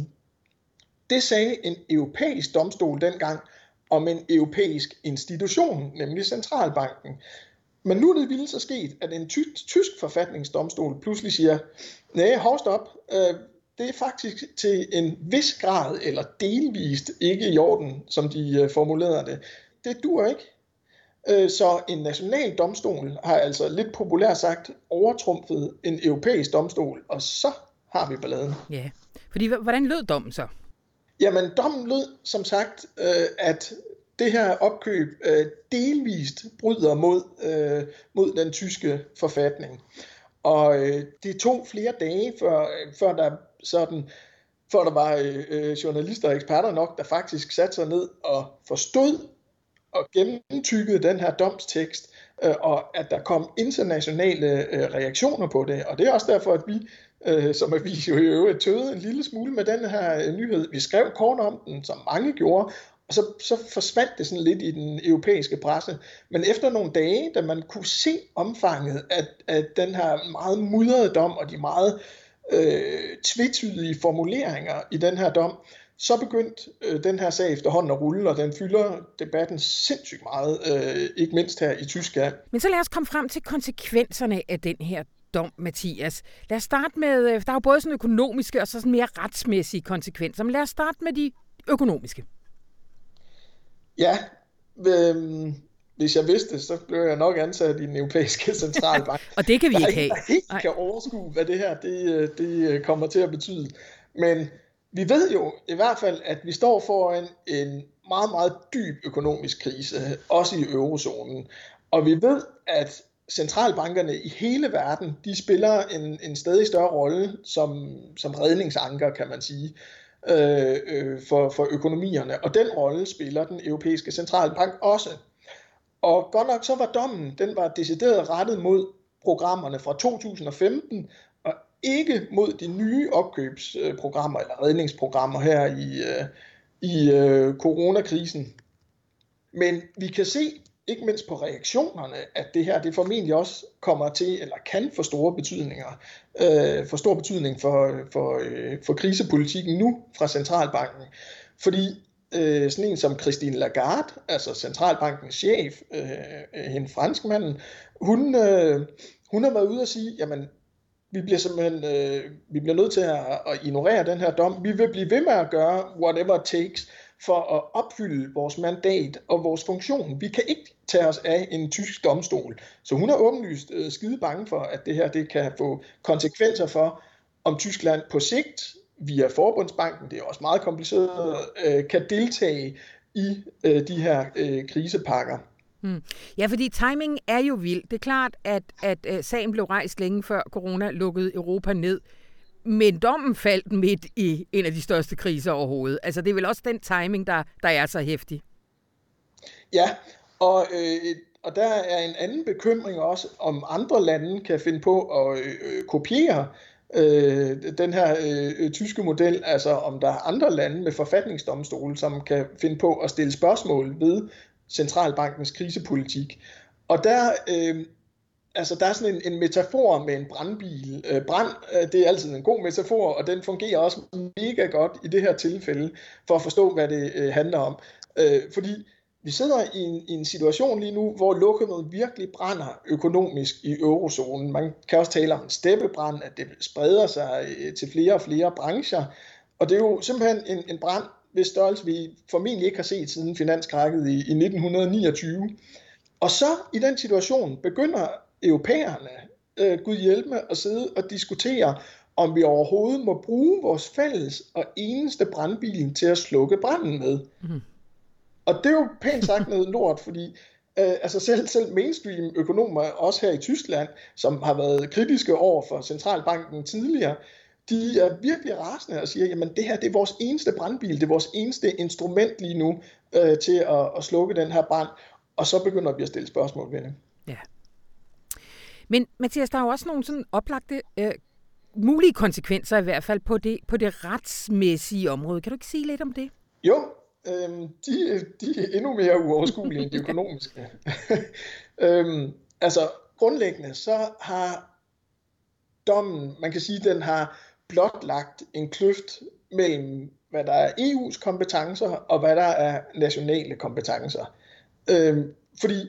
det sagde en europæisk domstol dengang om en europæisk institution, nemlig centralbanken. Men nu er det vildt så sket, at en ty- tysk forfatningsdomstol pludselig siger, nej, hold stop, øh, det er faktisk til en vis grad eller delvist ikke i orden, som de øh, formulerede det. Det dur ikke. Øh, så en national domstol har altså lidt populært sagt overtrumfet en europæisk domstol, og så har vi balladen. Ja, fordi hvordan lød dommen så? Jamen, dommen lød som sagt, øh, at det her opkøb øh, delvist bryder mod, øh, mod den tyske forfatning. Og øh, det tog flere dage, før, før, der, sådan, før der var øh, journalister og eksperter nok, der faktisk satte sig ned og forstod og gennemtykkede den her domstekst, øh, og at der kom internationale øh, reaktioner på det. Og det er også derfor, at vi øh, som avis jo i øvrigt tøvede en lille smule med den her øh, nyhed. Vi skrev kort om den, som mange gjorde, og så, så forsvandt det sådan lidt i den europæiske presse. Men efter nogle dage, da man kunne se omfanget af, af den her meget mudrede dom, og de meget øh, tvetydige formuleringer i den her dom, så begyndte øh, den her sag efterhånden at rulle, og den fylder debatten sindssygt meget, øh, ikke mindst her i Tyskland. Men så lad os komme frem til konsekvenserne af den her dom, Mathias. Lad os starte med, der er jo både sådan økonomiske og så sådan mere retsmæssige konsekvenser, men lad os starte med de økonomiske. Ja, øh, hvis jeg vidste, så blev jeg nok ansat i den europæiske centralbank. Og det kan vi der ikke have. Der helt kan overskue, hvad det her det, det kommer til at betyde. Men vi ved jo i hvert fald, at vi står foran en meget, meget dyb økonomisk krise, også i eurozonen. Og vi ved, at centralbankerne i hele verden, de spiller en, en stadig større rolle som, som redningsanker, kan man sige, øh, øh, for, for økonomierne. Og den rolle spiller den europæiske centralbank også. Og godt nok så var dommen, den var decideret rettet mod programmerne fra to tusind og femten, og ikke mod de nye opkøbsprogrammer eller redningsprogrammer her i, øh, i øh, coronakrisen. Men vi kan se, ikke mindst på reaktionerne, at det her det formentlig også kommer til, eller kan få store betydninger, øh, få stor betydning for, for, øh, for krisepolitikken nu fra centralbanken. Fordi øh, sådan en som Christine Lagarde, altså centralbankens chef, øh, hende franskmanden, hun, øh, hun har været ude at sige, jamen vi bliver simpelthen øh, vi bliver nødt til at, at ignorere den her dom. Vi vil blive ved med at gøre whatever it takes for at opfylde vores mandat og vores funktion. Vi kan ikke tage os af en tysk domstol. Så hun er åbenlyst øh, skide bange for, at det her det kan få konsekvenser for, om Tyskland på sigt via Forbundsbanken, det er også meget kompliceret, øh, kan deltage i øh, de her øh, krisepakker. Hmm. Ja, fordi timingen er jo vild. Det er klart, at, at, at sagen blev rejst længe før corona lukkede Europa ned. Men dommen faldt midt i en af de største kriser overhovedet. Altså det er vel også den timing, der, der er så heftig. Ja, Og, øh, og der er en anden bekymring også, om andre lande kan finde på at øh, kopiere øh, den her øh, tyske model, altså om der er andre lande med forfatningsdomstole, som kan finde på at stille spørgsmål ved centralbankens krisepolitik. Og der, øh, altså der er sådan en, en metafor med en brandbil. Øh, brand, øh, det er altid en god metafor, og den fungerer også mega godt i det her tilfælde, for at forstå, hvad det øh, handler om. Øh, fordi vi sidder i en, i en situation lige nu, hvor lokummet virkelig brænder økonomisk i eurozonen. Man kan også tale om en steppebrand, at det spreder sig til flere og flere brancher. Og det er jo simpelthen en, en brand, hvis størrelse vi formentlig ikke har set siden finanskrakket i, i nitten niogtyve. Og så i den situation begynder europæerne, øh, Gud hjælpe mig, at sidde og diskutere, om vi overhovedet må bruge vores fælles og eneste brandbil til at slukke branden med. Mm. Og det er jo pænt sagt noget lort, fordi øh, altså selv, selv mainstream økonomer, også her i Tyskland, som har været kritiske over for centralbanken tidligere, de er virkelig rasende og siger, jamen det her det er vores eneste brandbil, det er vores eneste instrument lige nu øh, til at, at slukke den her brand, og så begynder vi at stille spørgsmål ved det. Ja. Men Mathias, der er jo også nogle sådan oplagte øh, mulige konsekvenser i hvert fald på det, på det retsmæssige område. Kan du ikke sige lidt om det? Jo. Øhm, de, de er endnu mere uoverskuelige end de økonomiske. øhm, altså grundlæggende så har dommen, man kan sige, den har blotlagt en kløft mellem hvad der er E U's kompetencer og hvad der er nationale kompetencer. Øhm, fordi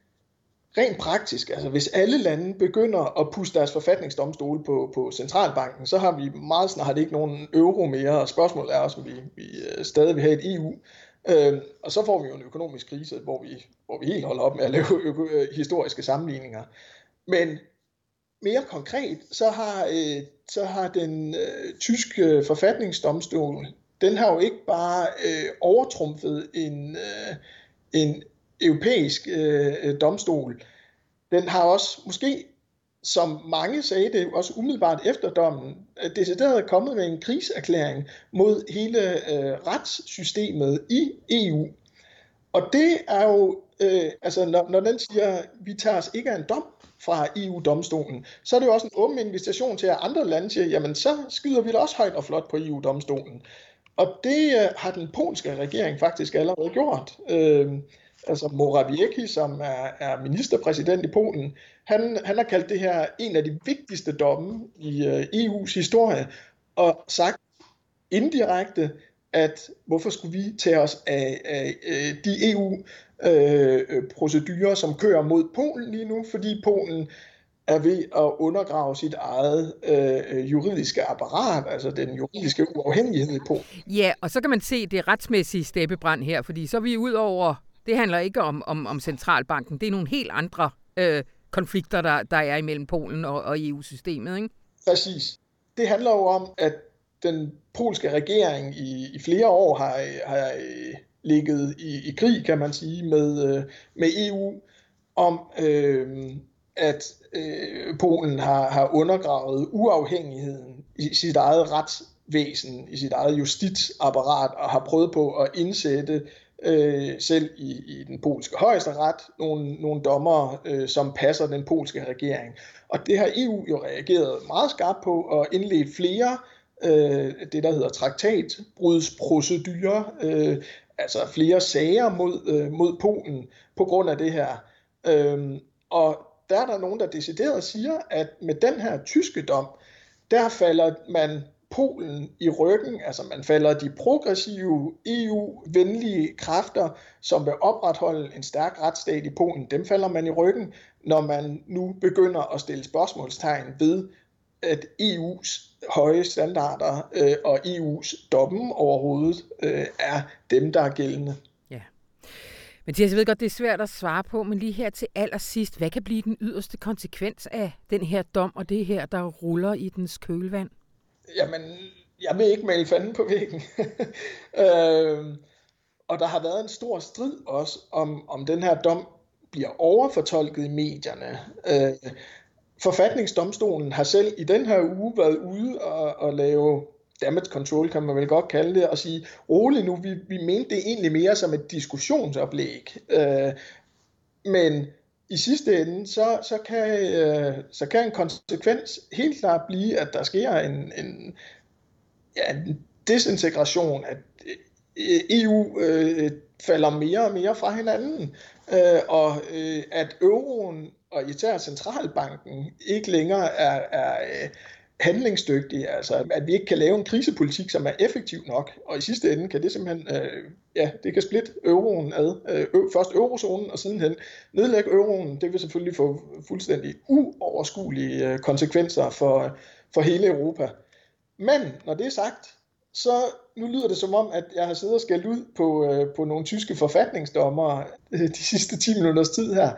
rent praktisk, altså hvis alle lande begynder at puste deres forfatningsdomstole på, på centralbanken, så har vi meget snart ikke nogen euro mere, og spørgsmålet er også, om vi, vi stadig vil have et E U. Øh, og så får vi jo en økonomisk krise, hvor vi, hvor vi helt holder op med at lave ø- historiske sammenligninger. Men mere konkret, så har, øh, så har den øh, tyske forfatningsdomstol, den har jo ikke bare øh, overtrumfet en, øh, en europæisk øh, domstol. Den har også, måske som mange sagde det, også umiddelbart efter dommen, decideret kommet med en krigserklæring mod hele øh, retssystemet i E U. Og det er jo, øh, altså når, når den siger, vi tager os ikke af en dom fra E U-domstolen, så er det jo også en åben invitation til, at andre lande siger, jamen så skyder vi da også højt og flot på E U-domstolen. Og det øh, har den polske regering faktisk allerede gjort. Øh, altså Morawiecki, som er, er ministerpræsident i Polen, han, han har kaldt det her en af de vigtigste domme i uh, E U's historie, og sagt indirekte, at hvorfor skulle vi tage os af, af, af de E U-procedurer, øh, som kører mod Polen lige nu, fordi Polen er ved at undergrave sit eget øh, juridiske apparat, altså den juridiske uafhængighed i Polen. Ja, og så kan man se det retsmæssige steppebrand her, fordi så er vi ud over, det handler ikke om, om, om centralbanken, det er nogle helt andre øh, konflikter, der, der er imellem Polen og, og E U-systemet, ikke? Præcis. Det handler jo om, at den polske regering i, i flere år har, har ligget i, i krig, kan man sige, med, med E U, om øh, at øh, Polen har, har undergravet uafhængigheden i sit eget retsvæsen, i sit eget justitsapparat, og har prøvet på at indsætte øh, selv i, i den polske højesteret nogle, nogle dommere, øh, som passer den polske regering. Og det har E U jo reageret meget skarpt på og indledt flere øh, det, der hedder traktatbrudsprocedurer, øh, altså flere sager mod, øh, mod Polen på grund af det her. Øh, og der er der nogen, der decideret siger, at med den her tyske dom, der falder man Polen i ryggen, altså man falder de progressive E U-venlige kræfter, som vil opretholde en stærk retsstat i Polen, dem falder man i ryggen, når man nu begynder at stille spørgsmålstegn ved, at E U's høje standarder øh, og E U's domme overhovedet øh, er dem, der er gældende. Ja. Mathias, jeg ved godt, det er svært at svare på, men lige her til allersidst, hvad kan blive den yderste konsekvens af den her dom og det her, der ruller i dens kølvand? Jamen, jeg vil ikke male fanden på væggen. øh, og der har været en stor strid også, om, om den her dom bliver overfortolket i medierne. Øh, Forfatningsdomstolen har selv i den her uge været ude og, og lave damage control, kan man vel godt kalde det, og sige, rolig nu, vi, vi mente det egentlig mere som et diskussionsoplæg. Øh, Men i sidste ende, så, så, kan, øh, så kan en konsekvens helt klart blive, at der sker en, en, ja, en desintegration, at E U øh, falder mere og mere fra hinanden, øh, og øh, at euroen og især centralbanken ikke længere er, er øh, handlingsdygtige, altså at vi ikke kan lave en krisepolitik, som er effektiv nok, og i sidste ende kan det simpelthen, øh, ja, det kan splitte euroen ad, øh, først eurozonen og sidenhen nedlægge euroen. Det vil selvfølgelig få fuldstændig uoverskuelige øh, konsekvenser for, for hele Europa. Men når det er sagt, så nu lyder det som om, at jeg har siddet og skældt ud på, øh, på nogle tyske forfatningsdommere øh, de sidste ti minutters tid her,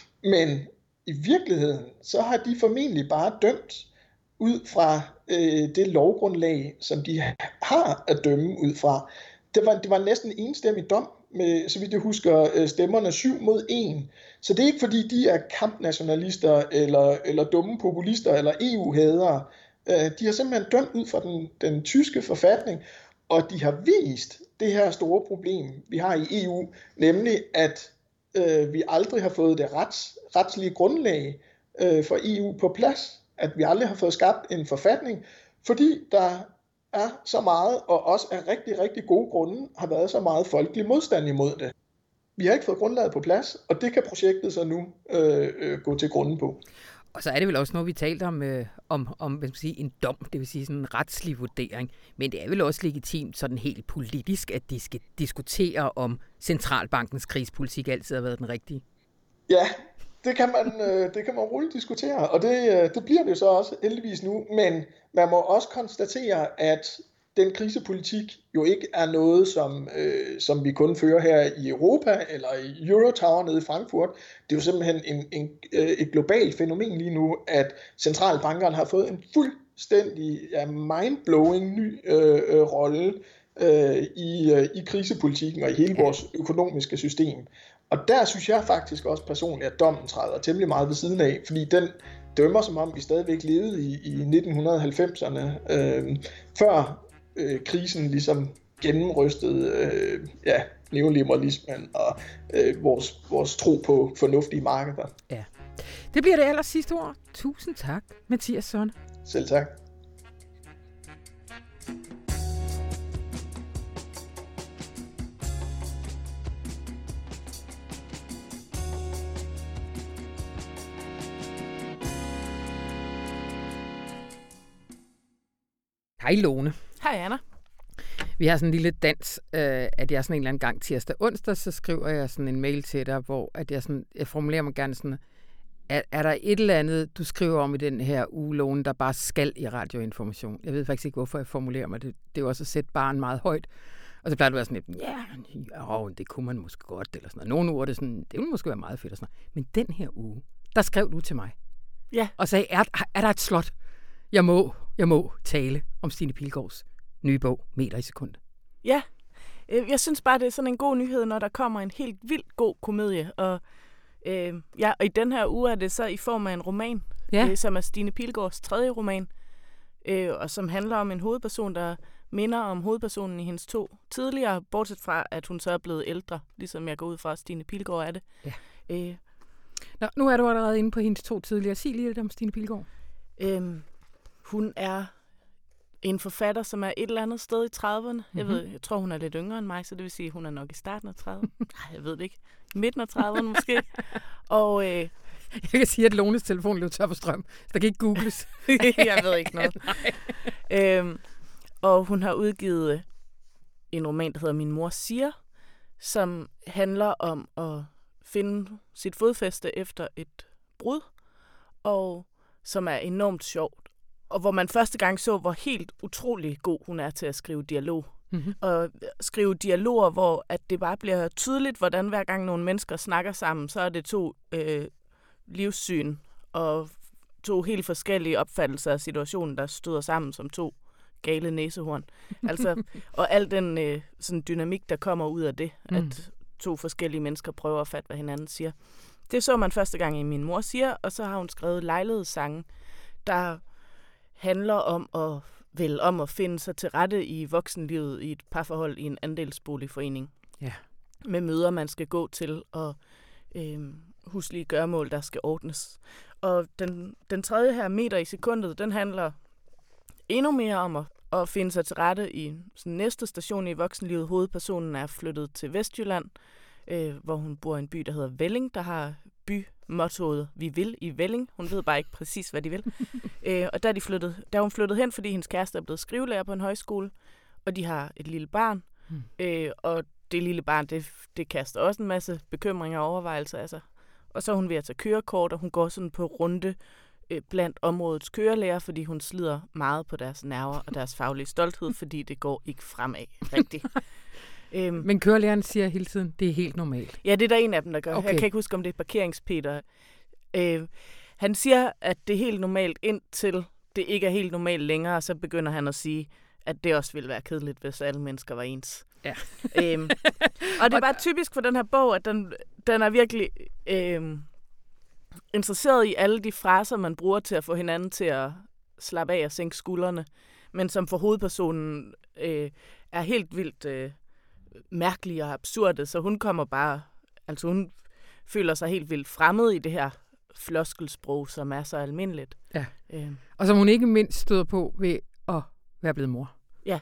men i virkeligheden, så har de formentlig bare dømt ud fra øh, det lovgrundlag, som de har at dømme ud fra. Det var, det var næsten en enstemmig dom, med, så vidt jeg husker, øh, stemmerne syv mod en. Så det er ikke fordi, de er kampnationalister, eller, eller dumme populister, eller E U-hædere. Øh, de har simpelthen dømt ud fra den, den tyske forfatning, og de har vist det her store problem, vi har i E U, nemlig at øh, vi aldrig har fået det rets, retslige grundlag øh, for E U på plads. At vi aldrig har fået skabt en forfatning, fordi der er så meget, og også af rigtig, rigtig gode grunde, har været så meget folkelig modstand imod det. Vi har ikke fået grundlaget på plads, og det kan projektet så nu øh, øh, gå til grunden på. Og så er det vel også noget, vi talte om, øh, om, om hvad skal man sige, en dom, det vil sige sådan en retslig vurdering. Men det er vel også legitimt sådan helt politisk, at de skal diskutere, om centralbankens krigspolitik altid har været den rigtige. Ja, det kan man, øh, det kan man roligt diskutere, og det, øh, det bliver det jo så også heldigvis nu. Men man må også konstatere, at den krisepolitik jo ikke er noget, som, øh, som vi kun fører her i Europa eller i Eurotower nede i Frankfurt. Det er jo simpelthen en, en, et globalt fænomen lige nu, at centralbankerne har fået en fuldstændig ja, mind-blowing ny øh, øh, rolle øh, i, øh, i krisepolitikken og i hele vores økonomiske system. Og der synes jeg faktisk også personligt, at dommen træder temmelig meget ved siden af, fordi den dømmer som om vi stadigvæk levede i, i nitten halvfemserne, øh, før øh, krisen ligesom gennemrystede øh, ja, neoliberalismen og øh, vores, vores tro på fornuftige markeder. Ja, det bliver det aller sidste ord. Tusind tak, Mathias Sonne. Selv tak. Hej Lone. Hej Anna. Vi har sådan en lille dans, øh, at jeg sådan en eller anden gang tirsdag onsdag, så skriver jeg sådan en mail til dig, hvor at jeg, sådan, jeg formulerer mig gerne sådan, er, er der et eller andet, du skriver om i den her uge, Lone, der bare skal i radioinformation? Jeg ved faktisk ikke, hvorfor jeg formulerer mig. Det, det er jo også at sætte barn meget højt. Og så plejer det at være sådan lidt, ja, ja, det kunne man måske godt, eller sådan noget. Nogle uger er det sådan, det ville måske være meget fedt og sådan noget. Men den her uge, der skrev du til mig. Ja. Og sagde, er, er der et slot? Jeg må, jeg må tale om Stine Pilgaards nye bog, Meter i sekundet. Ja, jeg synes bare, det er sådan en god nyhed, når der kommer en helt vildt god komedie. Og, øh, ja, og i den her uge er det så i form af en roman, ja. øh, som er Stine Pilgaards tredje roman, øh, og som handler om en hovedperson, der minder om hovedpersonen i hendes to tidligere, bortset fra, at hun så er blevet ældre, ligesom jeg går ud fra, at Stine Pilgaard er det. Ja. Øh, Nå, nu er du allerede inde på hendes to tidligere. Sig lige lidt om Stine Pilgaard. Øh, hun er en forfatter, som er et eller andet sted i trediverne. Mm-hmm. Jeg ved, jeg tror, hun er lidt yngre end mig, så det vil sige, at hun er nok i starten af trediverne. Nej, jeg ved det ikke. I midten af trediverne måske. Og øh, jeg kan sige, at Lones telefon løb tør for strøm, så der kan ikke googles. Jeg ved ikke noget. øhm, og hun har udgivet en roman, der hedder Min mor siger, som handler om at finde sit fodfæste efter et brud, og som er enormt sjovt. Og hvor man første gang så, hvor helt utrolig god hun er til at skrive dialog. Mm-hmm. Og skrive dialoger, hvor at det bare bliver tydeligt, hvordan hver gang nogle mennesker snakker sammen, så er det to øh, livssyn og to helt forskellige opfattelser af situationen, der støder sammen som to gale næsehorn. Altså, og al den øh, sådan dynamik, der kommer ud af det, mm. at to forskellige mennesker prøver at fatte, hvad hinanden siger. Det så man første gang i Min mor siger, og så har hun skrevet lejlighedssange, der handler om at, vel, om at finde sig til rette i voksenlivet i et parforhold i en andelsboligforening. Ja. Med møder, man skal gå til, og øh, huslige gøremål, der skal ordnes. Og den, den tredje her, meter i sekundet, den handler endnu mere om at, at finde sig til rette i sådan næste station i voksenlivet. Hovedpersonen er flyttet til Vestjylland, øh, hvor hun bor i en by, der hedder Velling, der har bymottoet "Vi vil i Velling". Hun ved bare ikke præcis, hvad de vil. øh, og der er, de flyttet, der er hun flyttet hen, fordi hendes kæreste er blevet skrivelærer på en højskole, og de har et lille barn. Hmm. Øh, og det lille barn, det, det kaster også en masse bekymringer og overvejelser af sig. Og så er hun ved at tage kørekort, og hun går sådan på runde øh, blandt områdets kørelærer, fordi hun slider meget på deres nerver og deres faglige stolthed, fordi det går ikke fremad rigtigt. øhm, Men kørelæreren siger hele tiden, det er helt normalt. Ja, det er der en af dem, der gør. Okay. Jeg kan ikke huske, om det er parkeringspeter. Øh, han siger, at det er helt normalt, indtil det ikke er helt normalt længere, og så begynder han at sige, at det også ville være kedeligt, hvis alle mennesker var ens. Ja. øhm, og det er bare typisk for den her bog, at den, den er virkelig øhm, interesseret i alle de fraser, man bruger til at få hinanden til at slappe af og sænke skuldrene, men som for hovedpersonen øh, er helt vildt øh, mærkelige og absurde, så hun kommer bare, altså hun føler sig helt vildt fremmed i det her floskelsprog, som er så almindeligt. Ja. Øhm. Og som hun ikke mindst støder på ved at være blevet mor. Ja.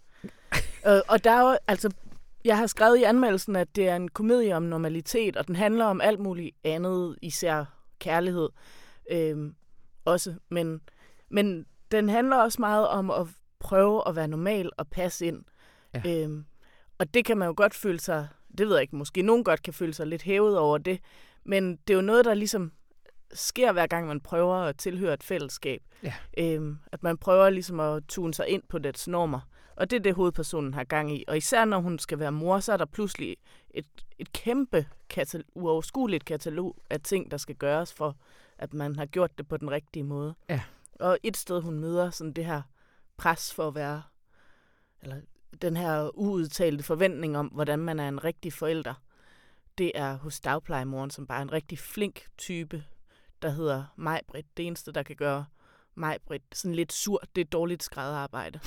øh, og der er jo, altså, jeg har skrevet i anmeldelsen, at det er en komedie om normalitet, og den handler om alt muligt andet, især kærlighed øhm, også. Men, men den handler også meget om at prøve at være normal og passe ind. Ja. Øhm, og det kan man jo godt føle sig, det ved jeg ikke, måske nogen godt kan føle sig lidt hævet over det, men det er jo noget, der ligesom sker hver gang, man prøver at tilhøre et fællesskab. Ja. Øhm, at man prøver ligesom at tune sig ind på dets normer. Og det er det, hovedpersonen har gang i. Og især når hun skal være mor, så er der pludselig et, et kæmpe katal- uoverskueligt katalog af ting, der skal gøres for, at man har gjort det på den rigtige måde. Ja. Og et sted, hun møder sådan det her pres for at være, eller den her uudtalte forventning om, hvordan man er en rigtig forælder, det er hos dagplejemoren, som bare er en rigtig flink type, der hedder Maj-Britt. Det eneste, der kan gøre Maj-Britt sådan lidt sur, det er dårligt skrædderarbejde.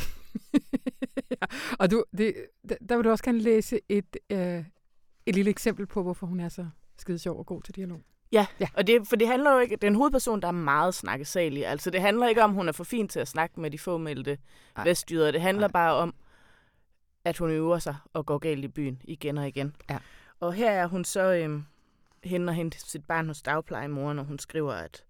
Ja, og du, det, der vil du også gerne læse et, øh, et lille eksempel på, hvorfor hun er så skide sjov og god til dialog. Ja, ja. Og det, for det handler jo ikke, det er en hovedperson, der er meget snakkesalig. Altså det handler ikke om, hun er for fin til at snakke med de fåmeldte vestjyder. Det handler Ej. bare om, at hun øver sig og går galt i byen igen og igen. Ja. Og her er hun så øh, hende og hente sit barn hos dagplejemoren, og hun skriver, at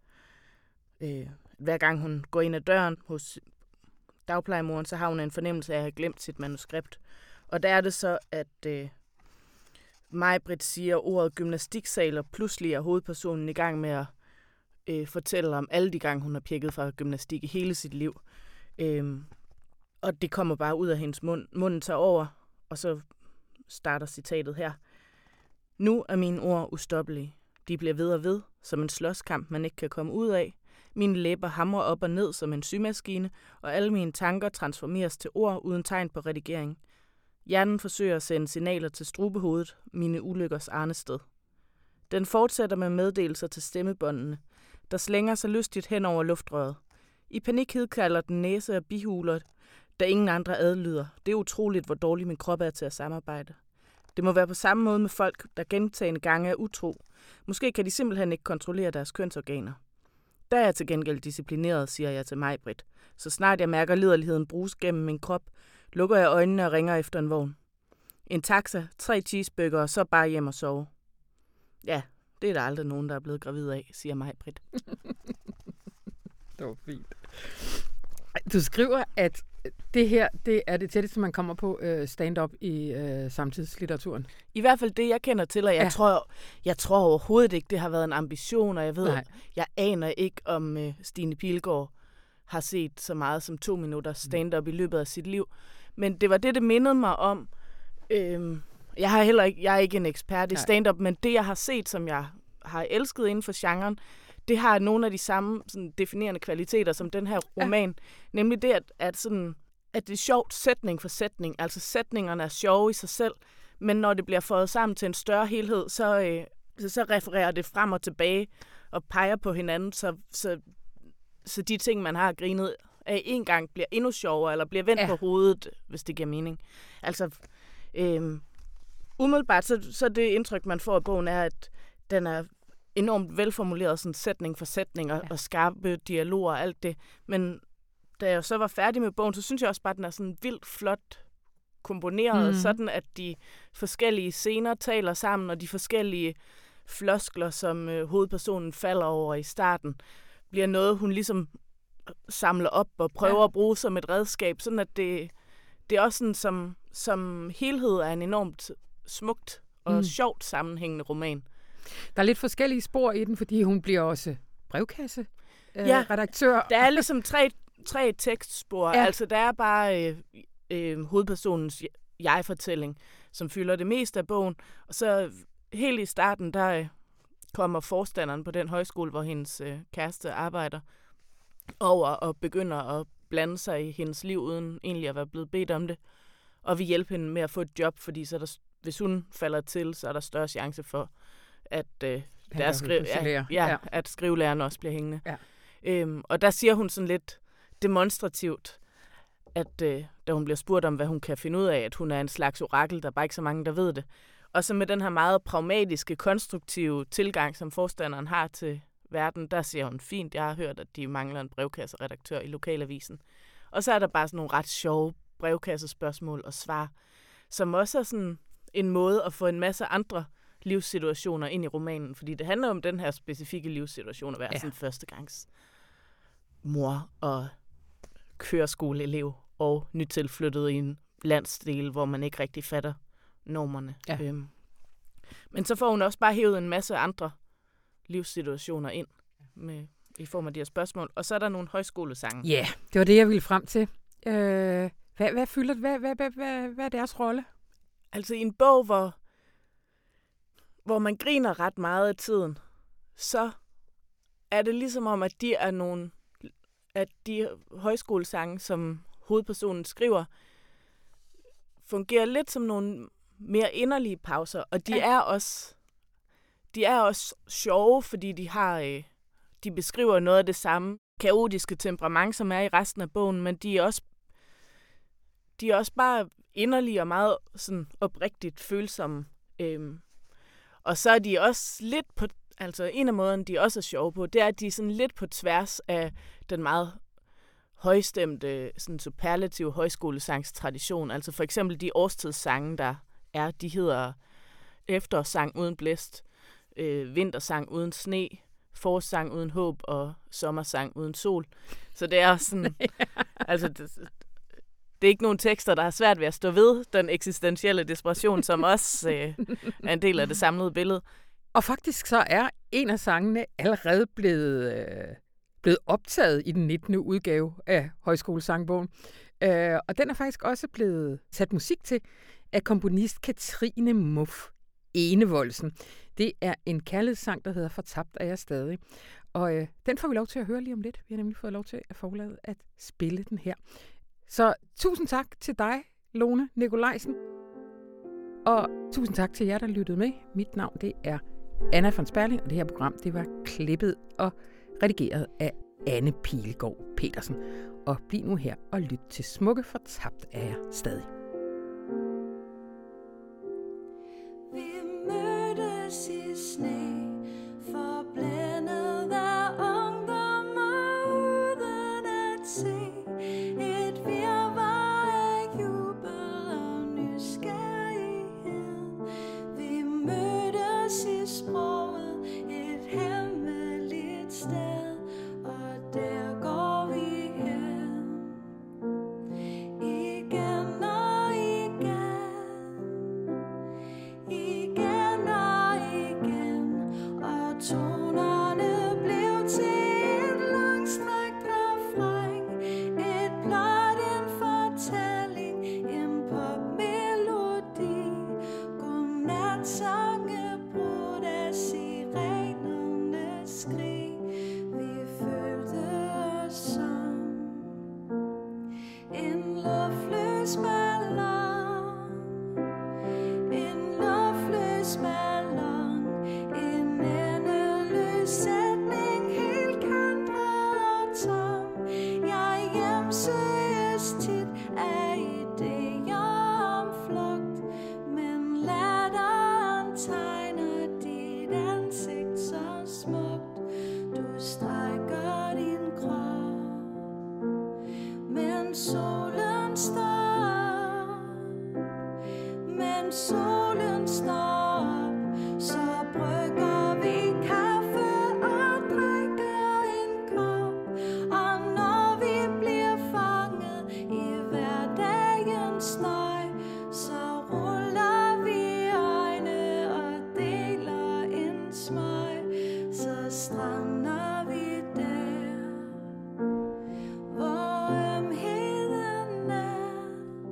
øh, hver gang hun går ind ad døren hos dagplejemoren, så har hun en fornemmelse af at have glemt sit manuskript. Og der er det så, at øh, Maj-Britt siger ordet gymnastiksal, og pludselig er hovedpersonen i gang med at øh, fortælle om alle de gange, hun har pjekket fra gymnastik i hele sit liv. Øh, og det kommer bare ud af hendes mund. Munden tager over, og så starter citatet her. Nu er mine ord ustoppelige. De bliver ved og ved, som en slåskamp, man ikke kan komme ud af. Mine læber hamrer op og ned som en symaskine, og alle mine tanker transformeres til ord uden tegn på redigering. Hjernen forsøger at sende signaler til strubehovedet, mine ulykkers arnested. Den fortsætter med meddelelser til stemmebåndene, der slænger sig lystigt hen over luftrøret. I panik hedkalder den næse og bihuler, da ingen andre adlyder. Det er utroligt, hvor dårlig min krop er til at samarbejde. Det må være på samme måde med folk, der gentagende gange er utro. Måske kan de simpelthen ikke kontrollere deres kønsorganer. Der er jeg til gengæld disciplineret, siger jeg til Maj-Britt. Så snart jeg mærker liderligheden bruges gennem min krop, lukker jeg øjnene og ringer efter en vogn. En taxa, tre cheeseburger og så bare hjem og sove. Ja, det er der aldrig nogen, der er blevet gravid af, siger Maj-Britt. Det var fint. Du skriver, at det her, det er det tætteste, man kommer på øh, stand-up i øh, samtidslitteraturen. I hvert fald det, jeg kender til, og jeg, ja. tror, jeg tror overhovedet ikke, det har været en ambition, og jeg ved, Nej. jeg aner ikke, om øh, Stine Pilgaard har set så meget som to minutter stand-up i løbet af sit liv. Men det var det, det mindede mig om. Øhm, jeg, har heller ikke, jeg er ikke en ekspert i stand-up, men det, jeg har set, som jeg har elsket inden for genren, det har nogle af de samme sådan, definerende kvaliteter som den her roman. Ja. Nemlig det, at, at, sådan, at det er sjovt sætning for sætning. Altså sætningerne er sjove i sig selv, men når det bliver fået sammen til en større helhed, så, øh, så, så refererer det frem og tilbage og peger på hinanden, så, så, så de ting, man har grinet af en gang, bliver endnu sjovere, eller bliver vendt ja. på hovedet, hvis det giver mening. Altså, øh, umiddelbart, så, så det indtryk, man får af bogen, er, at den er enormt velformuleret sådan sætning for sætning og, ja. og skarpe dialoger og alt det. Men da jeg så var færdig med bogen, så synes jeg også bare, at den er sådan vildt flot komponeret, mm. sådan at de forskellige scener taler sammen, og de forskellige floskler, som øh, hovedpersonen falder over i starten, bliver noget, hun ligesom samler op og prøver ja. at bruge som et redskab, sådan at det, det er også sådan, som, som helhed er en enormt smukt og mm. sjovt sammenhængende roman. Der er lidt forskellige spor i den, fordi hun bliver også brevkasse øh, ja, redaktør. Der er ligesom tre, tre tekstspor. Ja. Altså, der er bare øh, øh, hovedpersonens jeg-fortælling, som fylder det meste af bogen. Og så helt i starten, der øh, kommer forstanderen på den højskole, hvor hendes øh, kæreste arbejder, over og begynder at blande sig i hendes liv, uden egentlig at være blevet bedt om det. Og vi hjælper hende med at få et job, fordi så er der, hvis hun falder til, så er der større chance for, at, øh, der skri- ja, ja, ja. at skrivelæreren også bliver hængende. Ja. Øhm, og der siger hun sådan lidt demonstrativt, at øh, da hun bliver spurgt om, hvad hun kan finde ud af, at hun er en slags orakel, der er bare ikke så mange, der ved det. Og så med den her meget pragmatiske, konstruktive tilgang, som forstanderen har til verden, der siger hun, fint, jeg har hørt, at de mangler en brevkasseredaktør i lokalavisen. Og så er der bare sådan nogle ret sjove brevkassespørgsmål og svar, som også er sådan en måde at få en masse andre livssituationer ind i romanen, fordi det handler om den her specifikke livssituation at være ja. sådan førstegangs mor og køreskoleelev og nytilflyttet i en landsdel, hvor man ikke rigtig fatter normerne. Ja. Øhm. Men så får hun også bare hævet en masse andre livssituationer ind med, i form af de her spørgsmål. Og så er der nogle højskolesange. Ja, yeah, det var det, jeg ville frem til. Øh, hvad, hvad fylder det? Hvad, hvad, hvad, hvad, hvad er deres rolle? Altså i en bog, hvor, hvor man griner ret meget af tiden, så er det ligesom om, at de er nogle, at de højskolesange, som hovedpersonen skriver, fungerer lidt som nogle mere inderlige pauser, og de ja. er også de er også sjove, fordi de har øh, de beskriver noget af det samme kaotiske temperament, som er i resten af bogen, men de er også de er også bare inderlige og meget sådan oprigtigt følsomme. Øhm, og så er de også lidt på, altså en af måderne, de også er sjove på, det er, at de er sådan lidt på tværs af den meget højstemte, sådan superlative højskolesangstradition. Altså for eksempel de årstidssange, der er, de hedder efterårssang uden blæst, øh, vintersang uden sne, forårssang uden håb og sommersang uden sol. Så det er sådan, altså det, det er ikke nogen tekster, der har svært ved at stå ved den eksistentielle desperation, som også øh, er en del af det samlede billede. Og faktisk så er en af sangene allerede blevet, øh, blevet optaget i den nittende udgave af Højskolesangbogen. Øh, og den er faktisk også blevet sat musik til af komponist Katrine Muff Enevoldsen. Det er en kærlighedssang, der hedder Fortabt er jeg stadig. Og øh, den får vi lov til at høre lige om lidt. Vi har nemlig fået lov til at forlade at spille den her. Så tusind tak til dig, Lone Nikolajsen. Og tusind tak til jer, der lyttede med. Mit navn, det er Anna von Sperling, og det her program, det var klippet og redigeret af Anne Pilegaard Petersen. Og bliv nu her og lyt til Smukke Fortabt er jeg stadig. Vi mødtes i sne, forblændet af ungdommer uden at se. Et virvar af jubel og nysgerrighed. Vi mødtes i sproget, et hemmeligt sted, og der går vi hen. Igen og trygt. Du strækker din krop, men solen står, men solen står op, så brygger vi kaffe og drikker en kop. Og når vi bliver fanget i hverdagens støj, så ruller vi øjne og deler en smøg, så strander vi der, hvor ømheden er,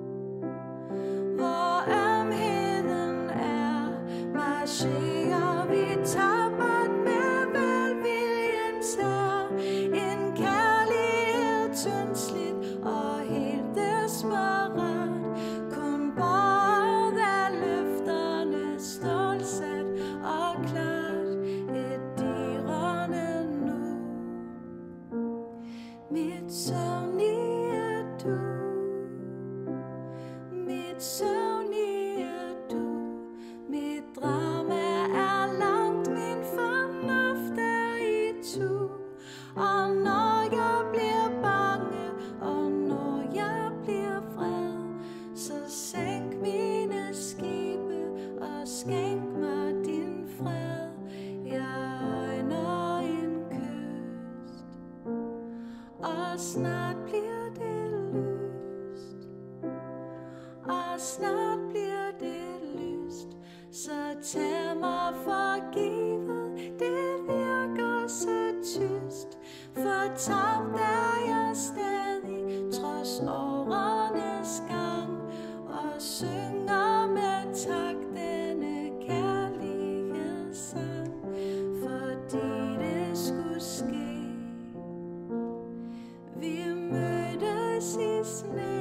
hvor ømheden er. Marcherer vi tappert med velviljens hær, en kærlighed tyndsligt og helt desperat, kun båret af løfterne, stålsat og klart, et dirrende nu. Mit søvnige du, mit søvnige du, mit drama er langt, min fornuft er i tu. Og når jeg bliver bange, og når jeg bliver vred, så sænk mine skibe og skænk mig din fred. Jeg øjner en kyst, og snart bliver det lyst, og snart bliver det lyst. Så tag mig for givet, det virker så tyst, for tabt er jeg stadig, trods årenes gang, og synger med tak denne kærlighedssang, fordi det skulle ske. Vi mødtes i sne,